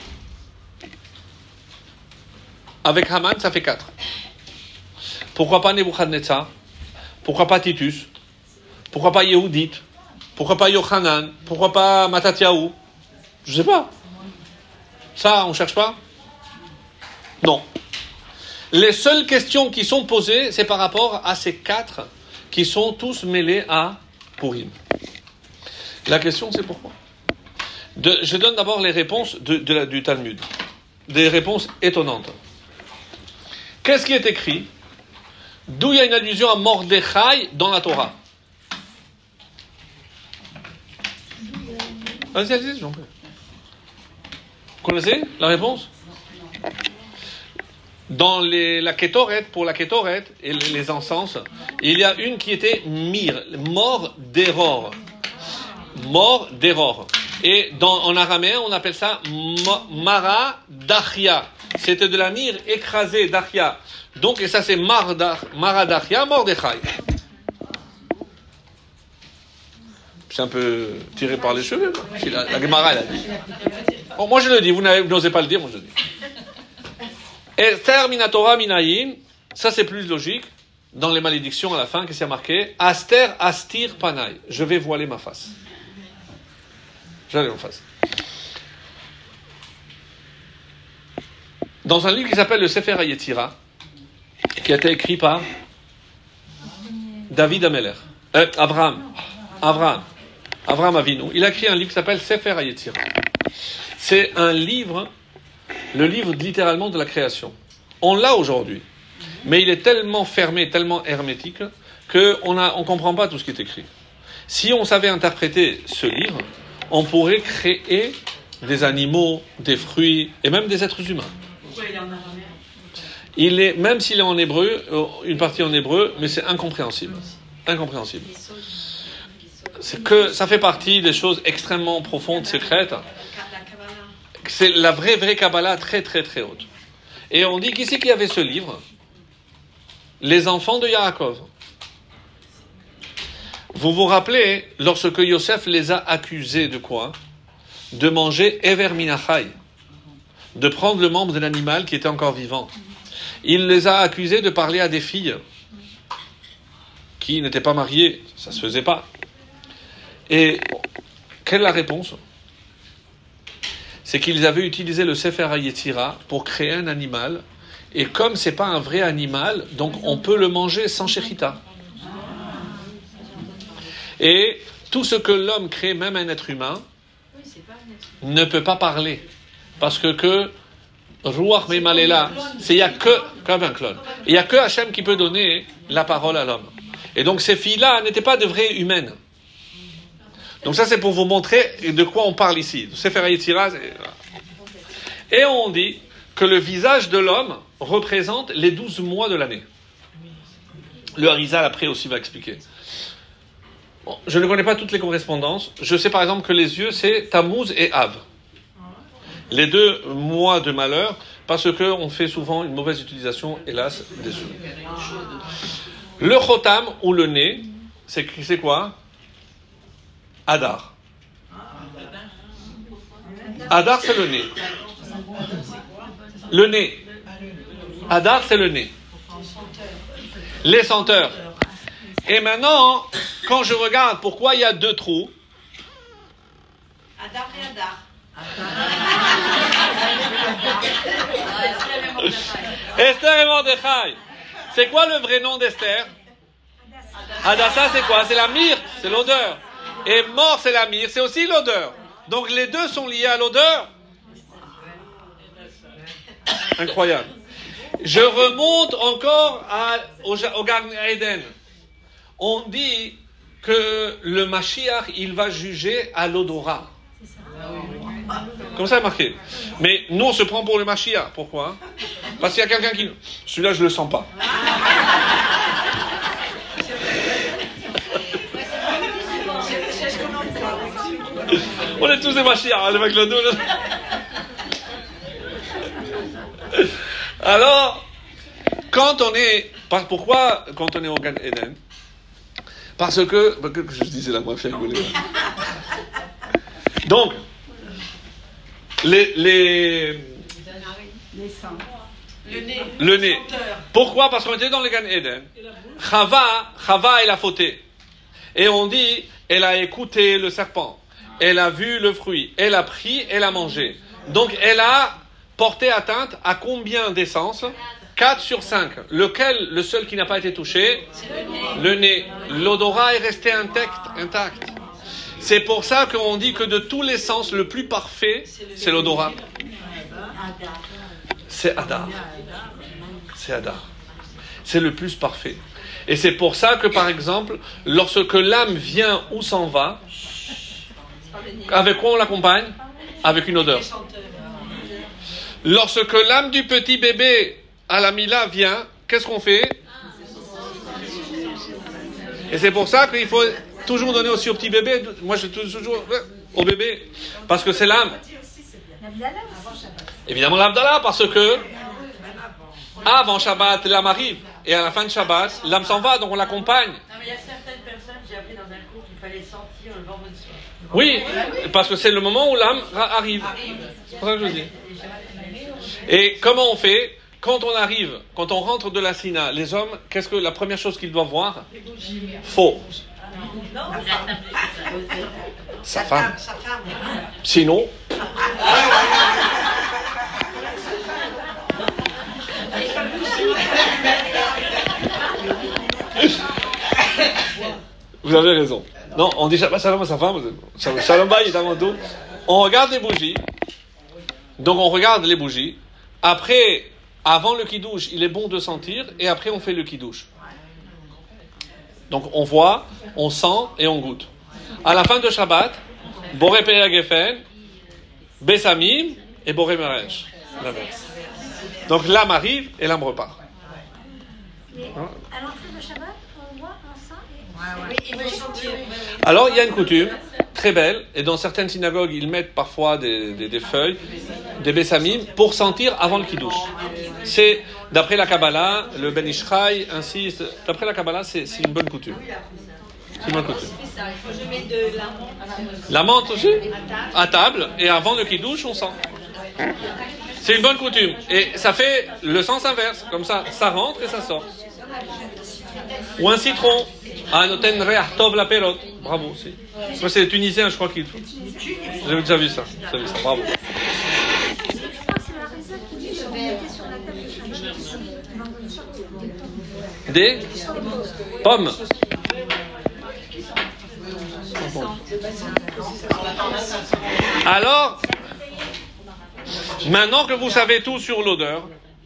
Avec Haman, ça fait quatre. Pourquoi pas Nebuchadnezzar? Pourquoi pas Titus? Pourquoi pas Yehudit? Pourquoi pas Yochanan? Pourquoi pas Matatiaou? Je sais pas. Ça, on cherche pas? Non. Les seules questions qui sont posées, c'est par rapport à ces quatre qui sont tous mêlés à Purim. La question, c'est pourquoi? de, Je donne d'abord les réponses de, de la, du Talmud. Des réponses étonnantes. Qu'est-ce qui est écrit? D'où il y a une allusion à Mordechai dans la Torah? Vas-y, allez-y, j'en prie. Vous connaissez la réponse? Dans les, la kétoret, pour la kétoret et les, les encens, il y a une qui était mir, mort d'error. Mort d'error. Et dans, en araméen, on appelle ça mara d'achia. C'était de la myrrhe écrasée d'achia. Donc, et ça c'est mara d'achia, mort d'echai. C'est un peu tiré par les cheveux. La, la Gemara, elle a dit. Bon, moi je le dis, vous n'osez pas le dire, moi je le dis. Esther minatora minayin, ça c'est plus logique. Dans les malédictions à la fin, qu'est-ce qu'il y a marqué? Aster astir panay. Je vais voiler ma face. Je vais voiler ma face. Dans un livre qui s'appelle le Sefer HaYetzira, qui a été écrit par David Ameler, euh, Abraham, Abraham, Abraham Avinu. Il a écrit un livre qui s'appelle Sefer HaYetzira. C'est un livre, le livre littéralement de la création. On l'a aujourd'hui, mais il est tellement fermé, tellement hermétique, qu'on a, on comprend pas tout ce qui est écrit. Si on savait interpréter ce livre, on pourrait créer des animaux, des fruits et même des êtres humains. Pourquoi il est en araméen? Il est, même s'il est en hébreu, une partie en hébreu, mais c'est incompréhensible. Incompréhensible. C'est que ça fait partie des choses extrêmement profondes, secrètes. C'est la vraie, vraie Kabbalah très, très, très haute. Et on dit, qui c'est qui avait ce livre? Les enfants de Yaakov. Vous vous rappelez, lorsque Yosef les a accusés de quoi? De manger Ever Minachai, de prendre le membre de l'animal qui était encore vivant. Il les a accusés de parler à des filles qui n'étaient pas mariées, ça se faisait pas. Et quelle est la réponse? C'est qu'ils avaient utilisé le Sefer HaYetzira pour créer un animal, et comme c'est pas un vrai animal, donc on peut le manger sans shechita. Et tout ce que l'homme crée, même un être humain, ne peut pas parler, parce que que Ruach Memalela, c'est il y a que comme un clone. Il y a que Hachem qui peut donner la parole à l'homme. Et donc ces filles-là n'étaient pas de vraies humaines. Donc ça c'est pour vous montrer de quoi on parle ici. Sefer HaYetzira. Et on dit que le visage de l'homme représente les douze mois de l'année. Le Harizal après aussi va expliquer. Bon, je ne connais pas toutes les correspondances. Je sais par exemple que les yeux c'est Tammuz et Av. Les deux mois de malheur, parce qu'on fait souvent une mauvaise utilisation, hélas, des yeux. Le chotam ou le nez, c'est, c'est quoi? Adar. Adar, c'est le nez. Le nez. Adar, c'est le nez. Les senteurs. Et maintenant, quand je regarde pourquoi il y a deux trous. Adar et Adar. Esther et Mordechai. C'est quoi le vrai nom d'Esther? Hadassah, c'est quoi? C'est la myrrhe, c'est l'odeur. Et mort, c'est la myrrhe, c'est aussi l'odeur. Donc les deux sont liés à l'odeur. Incroyable. Je remonte encore à, au, au Gan Eden. On dit que le Mashiach, il va juger à l'odorat. Comme ça est marqué. Mais nous, on se prend pour le Mashiach. Pourquoi? Parce qu'il y a quelqu'un qui... Celui-là, je le sens pas. On est tous des Mashiach, les mecs le dos. Alors, quand on est... Pourquoi quand on est au Gan Eden? Parce que... Je disais la moi fait rigoler. Donc, les... les... Les sangs. Le nez. Le nez. Pourquoi? Parce qu'on était dans le Gan Eden. Chava, Chava, elle a fauté. Et on dit, elle a écouté le serpent. Elle a vu le fruit. Elle a pris, elle a mangé. Donc, elle a porté atteinte à combien d'essences? quatre sur cinq. Lequel, le seul qui n'a pas été touché? Le nez. L'odorat est resté intact. intact. C'est pour ça qu'on dit que de tous les sens, le plus parfait, c'est l'odorat. C'est Adar. C'est Adar. C'est le plus parfait. Et c'est pour ça que, par exemple, lorsque l'âme vient ou s'en va, avec quoi on l'accompagne? Avec une odeur. Lorsque l'âme du petit bébé à la Mila vient, qu'est-ce qu'on fait? Et c'est pour ça qu'il faut toujours donner aussi au petit bébé. Moi, je touche toujours au bébé. Parce que c'est l'âme. Évidemment, l'Abdallah, parce que avant Shabbat, l'âme arrive. Et à la fin de Shabbat, l'âme s'en va, donc on l'accompagne. Non, mais il y a certaines personnes, j'ai appris dans un cours qu'il fallait sentir le vendredi soir. Oui, parce que c'est le moment où l'âme arrive. C'est pour ça que je dis. Et comment on fait? Quand on arrive, quand on rentre de la Sina, les hommes, qu'est-ce que la première chose qu'ils doivent voir? Faux. Sa femme. Sinon. Vous avez raison. Non, on dit Shabbat Shalom à sa femme. Shalom Bay est avant tout. On regarde les bougies. Donc on regarde les bougies. Après, avant le kidouche, il est bon de sentir. Et après, on fait le kidouche. Donc on voit, on sent et on goûte. À la fin de Shabbat, Boré Pere Gefen, Bessamim et Boré Meresh. Donc l'âme arrive et l'âme repart. Mais à l'entrée de Shabbat, on voit, on sent et... Oui, il faut sentir. Alors il y a une coutume très belle, et dans certaines synagogues, ils mettent parfois des, des, des feuilles, des bessamim, pour sentir avant le kidouche. C'est, d'après la Kabbalah, le Ben Ishraï insiste, d'après la Kabbalah, c'est, c'est une bonne coutume. C'est une bonne coutume. Je mets de la menthe. La menthe aussi, à table, et avant le kidouche, on sent. C'est une bonne coutume. Et ça fait le sens inverse, comme ça, ça rentre et ça sort. Ou un citron. Ah, noten re'ach tov la perot. Bravo aussi. Moi, c'est les Tunisiens, je crois qu'ils font. J'ai déjà vu ça. J'ai vu ça. Bravo. Je crois que c'est la raisin qui dit qu'on mettait sur la table de Shabbat. Vendredi soir, Des pommes. Alors, maintenant que vous savez tout sur l'odeur,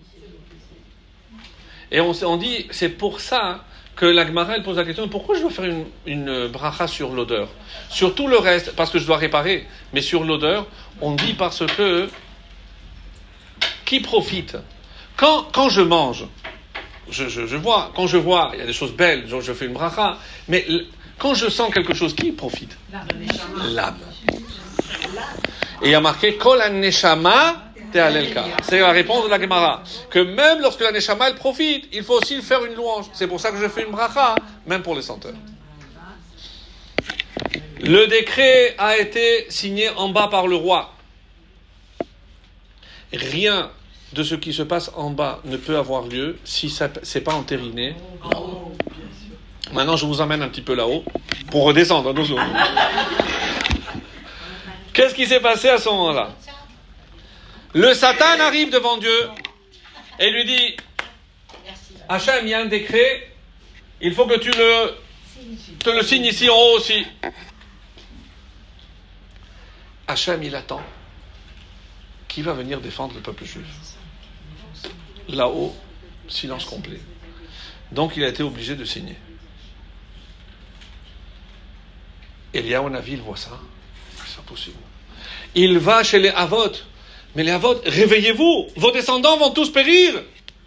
et on, on dit, c'est pour ça que la Gemara elle pose la question, pourquoi je dois faire une, une bracha sur l'odeur? Sur tout le reste, parce que je dois réparer, mais sur l'odeur, on dit parce que, qui profite? Quand, quand je mange, je, je, je vois, quand je vois, il y a des choses belles, je, je fais une bracha, mais quand je sens quelque chose, qui profite? L'âme. Et il y a marqué, Kol ha-neshama te'alelka. C'est la réponse de la Gemara. Que même lorsque la neshama elle profite, il faut aussi faire une louange. C'est pour ça que je fais une bracha, même pour les senteurs. Le décret a été signé en bas par le roi. Rien de ce qui se passe en bas ne peut avoir lieu si ça c'est pas entériné. Maintenant, je vous emmène un petit peu là-haut pour redescendre. Attention. Qu'est-ce qui s'est passé à ce moment-là? Le Satan arrive devant Dieu et lui dit, Hachem, il y a un décret, il faut que tu le, te le signes ici en haut aussi. Hachem, il attend. Qui va venir défendre le peuple juif? Là-haut, silence complet. Donc il a été obligé de signer. Eliyahu Navi, il voit ça. C'est impossible. Il va chez les Avot. Mais les Avot, réveillez-vous, vos descendants vont tous périr.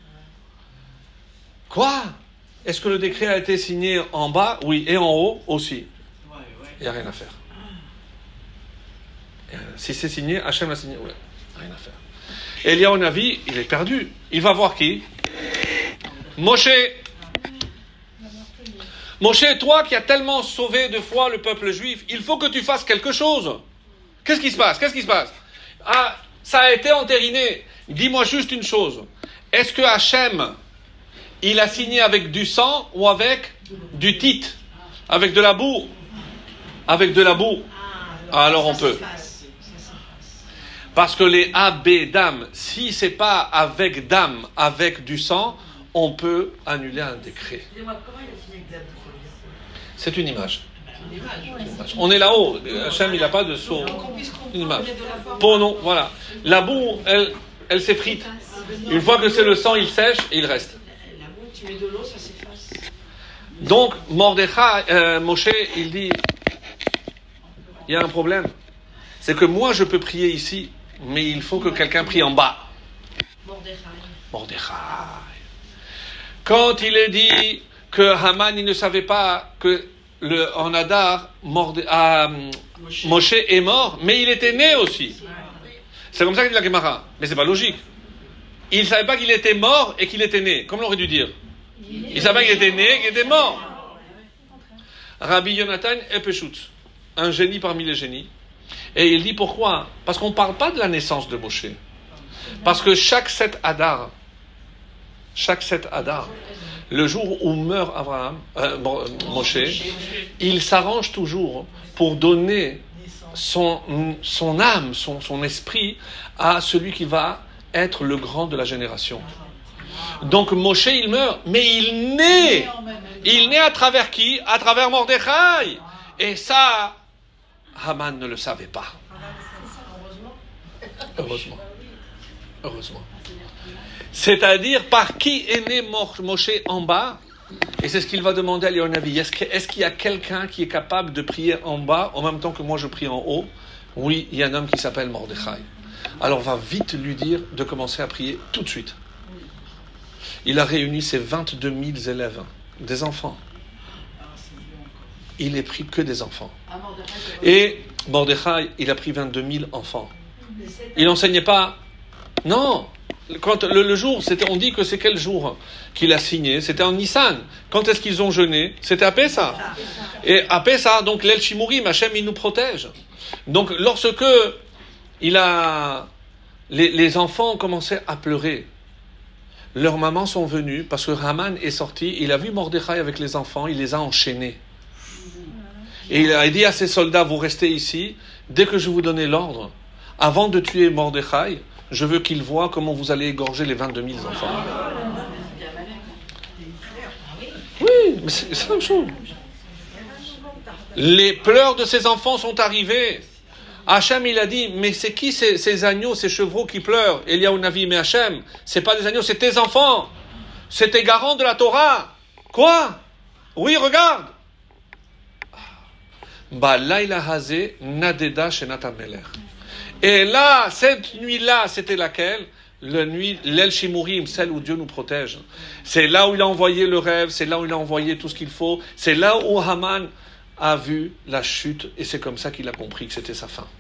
Quoi? Est-ce que le décret a été signé en bas? Oui, et en haut aussi. Il n'y a rien à faire. Et si c'est signé, Hachem l'a signé. Ouais, rien à faire. Eliyahu Navi, il est perdu. Il va voir qui? Moshe. Moshe, toi qui as tellement sauvé de fois le peuple juif, il faut que tu fasses quelque chose. Qu'est-ce qui se passe? Qu'est-ce qui se passe? Ah, ça a été entériné. Dis-moi juste une chose. Est-ce que Hachem, il a signé avec du sang ou avec du tit? Avec de la boue? Avec de la boue. Ah, alors on peut. Parce que les A B dam, si c'est pas avec dam, avec du sang, on peut annuler un décret. C'est une image. Une image. On est là-haut. Hachem, il n'a pas de saut. Une image. Pour nous, voilà. La boue, elle, elle s'effrite. Une fois que c'est le sang, il sèche et il reste. La boue, tu mets de l'eau, ça s'efface. Donc, Mordechai, euh, Moshe, il dit, il y a un problème. C'est que moi, je peux prier ici, mais il faut que quelqu'un prie en bas. Mordechai. Quand il est dit que Haman il ne savait pas que le, en Adar, Morde, ah, Moshe. Moshe est mort, mais il était né aussi. C'est comme ça qu'il dit la Gemara. Mais c'est pas logique. Il ne savait pas qu'il était mort et qu'il était né. Comme l'aurait dû dire. Il ne savait pas qu'il était né et qu'il était mort. Rabbi Yonatan Epeshut, un génie parmi les génies. Et il dit pourquoi? Parce qu'on ne parle pas de la naissance de Moshe. Parce que chaque sept Adar, chaque sept Adar, le jour où meurt Abraham, euh, Moshe, il s'arrange toujours pour donner son, son âme, son, son esprit à celui qui va être le grand de la génération. Donc Moshe il meurt, mais il naît. Il naît à travers qui? À travers Mordechai. Et ça, Haman ne le savait pas. Heureusement. Heureusement. C'est-à-dire par qui est né Moshe en bas? Et c'est ce qu'il va demander à Léonavi. Est-ce, que, est-ce qu'il y a quelqu'un qui est capable de prier en bas en même temps que moi je prie en haut? Oui, il y a un homme qui s'appelle Mordechai. Alors va vite lui dire de commencer à prier tout de suite. Il a réuni ses vingt-deux mille élèves, des enfants. Il n'est pris que des enfants. Et Mordechai, il a pris vingt-deux mille enfants. Il n'enseignait pas. Non. Quand le, le jour, c'était, on dit que c'est quel jour qu'il a signé? C'était en Nissan. Quand est-ce qu'ils ont jeûné? C'était à Pessah. Et à Pessah, donc l'El Shimurim, Hachem, il nous protège. Donc lorsque il a, les, les enfants ont commencé à pleurer, leurs mamans sont venues parce que Haman est sorti, il a vu Mordechai avec les enfants, il les a enchaînés. Et il a dit à ses soldats, vous restez ici, dès que je vous donne l'ordre, avant de tuer Mordechai, je veux qu'ils voient comment vous allez égorger les vingt-deux mille enfants. Oui, mais c'est, c'est la même chose. Les pleurs de ces enfants sont arrivés. Hachem, il a dit, mais c'est qui ces, ces agneaux, ces chevreaux qui pleurent? Eliyahu Navi, mais Hachem, c'est pas des agneaux, c'est tes enfants. C'est tes garants de la Torah. Quoi? Oui, regarde. Ba laila hazeh nadeda shenat hamelech. Et là, cette nuit-là, c'était laquelle? La nuit, l'El Shimurim, celle où Dieu nous protège. C'est là où il a envoyé le rêve, c'est là où il a envoyé tout ce qu'il faut. C'est là où Haman a vu la chute, et c'est comme ça qu'il a compris que c'était sa fin.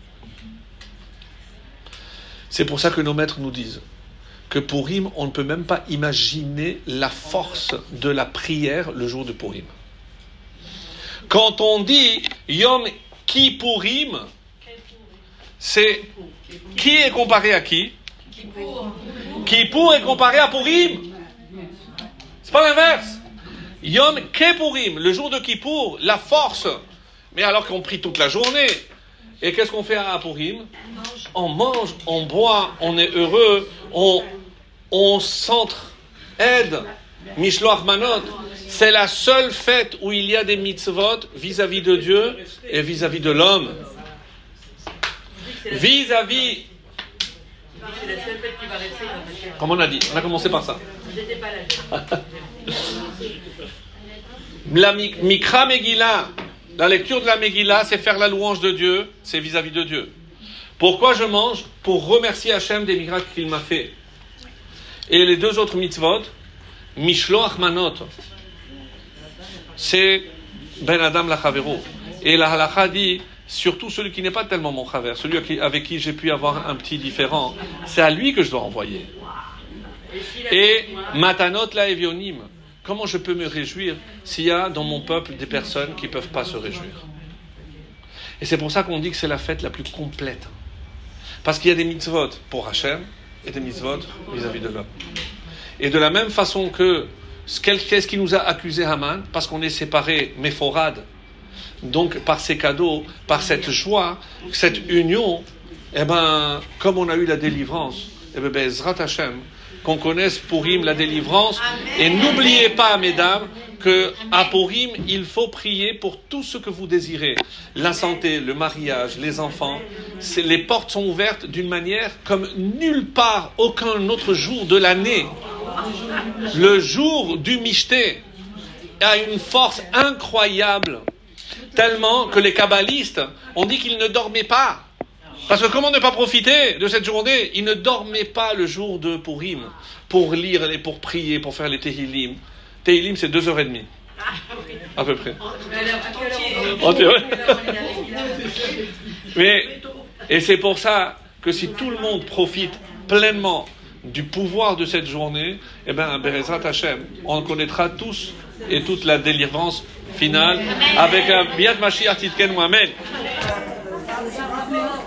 C'est pour ça que nos maîtres nous disent que Purim, on ne peut même pas imaginer la force de la prière le jour de Purim. Quand on dit Yom Kippurim, c'est qui est comparé à qui? Kippour est comparé à Purim. C'est pas l'inverse. Yom Kippurim, le jour de Kippour, la force. Mais alors qu'on prie toute la journée. Et qu'est-ce qu'on fait à Purim? On mange, on boit, on est heureux, on, on s'entre-aide. Mishloach Manot. C'est la seule fête où il y a des mitzvot vis-à-vis de Dieu et vis-à-vis de l'homme. Vis-à-vis. C'est la seule fête qui va rester. Comme on a dit, on a commencé par ça. J'étais pas là. La Mikra Megillah, la lecture de la Megillah, c'est faire la louange de Dieu, c'est vis-à-vis de Dieu. Pourquoi je mange? Pour remercier Hachem des miracles qu'il m'a fait. Et les deux autres mitzvot, Mishloach Manot, c'est Ben Adam Lachavero. Et la halakha dit, surtout celui qui n'est pas tellement mon chaver, celui avec qui j'ai pu avoir un petit différend, c'est à lui que je dois envoyer. Et Matanot la Evionim, comment je peux me réjouir s'il y a dans mon peuple des personnes qui ne peuvent pas se réjouir? Et c'est pour ça qu'on dit que c'est la fête la plus complète. Parce qu'il y a des mitzvot pour Hachem et des mitzvot vis-à-vis de l'homme. Et de la même façon que, qu'est-ce qui nous a accusé Haman? Parce qu'on est séparés, méphorades. Donc, par ces cadeaux, par cette joie, cette union, eh ben, comme on a eu la délivrance, eh ben, Bezrat Hashem, qu'on connaisse Purim, la délivrance. Amen. Et n'oubliez pas, mesdames, que à Purim, il faut prier pour tout ce que vous désirez. La santé, le mariage, les enfants. C'est, les portes sont ouvertes d'une manière comme nulle part, aucun autre jour de l'année. Le jour du Mishté a une force incroyable. Tellement que les kabbalistes ont dit qu'ils ne dormaient pas. Parce que comment ne pas profiter de cette journée? Il ne dormait pas le jour de Purim pour lire et pour prier, pour faire les Tehillim. Tehillim, c'est deux heures et demie. À peu près. Entier, ouais. Mais, et c'est pour ça que si tout le monde profite pleinement du pouvoir de cette journée, eh bien, Be'ezrat Hashem, on connaîtra tous et toute la délivrance finale avec un Biat Mashiach Tzidkenu. Amen.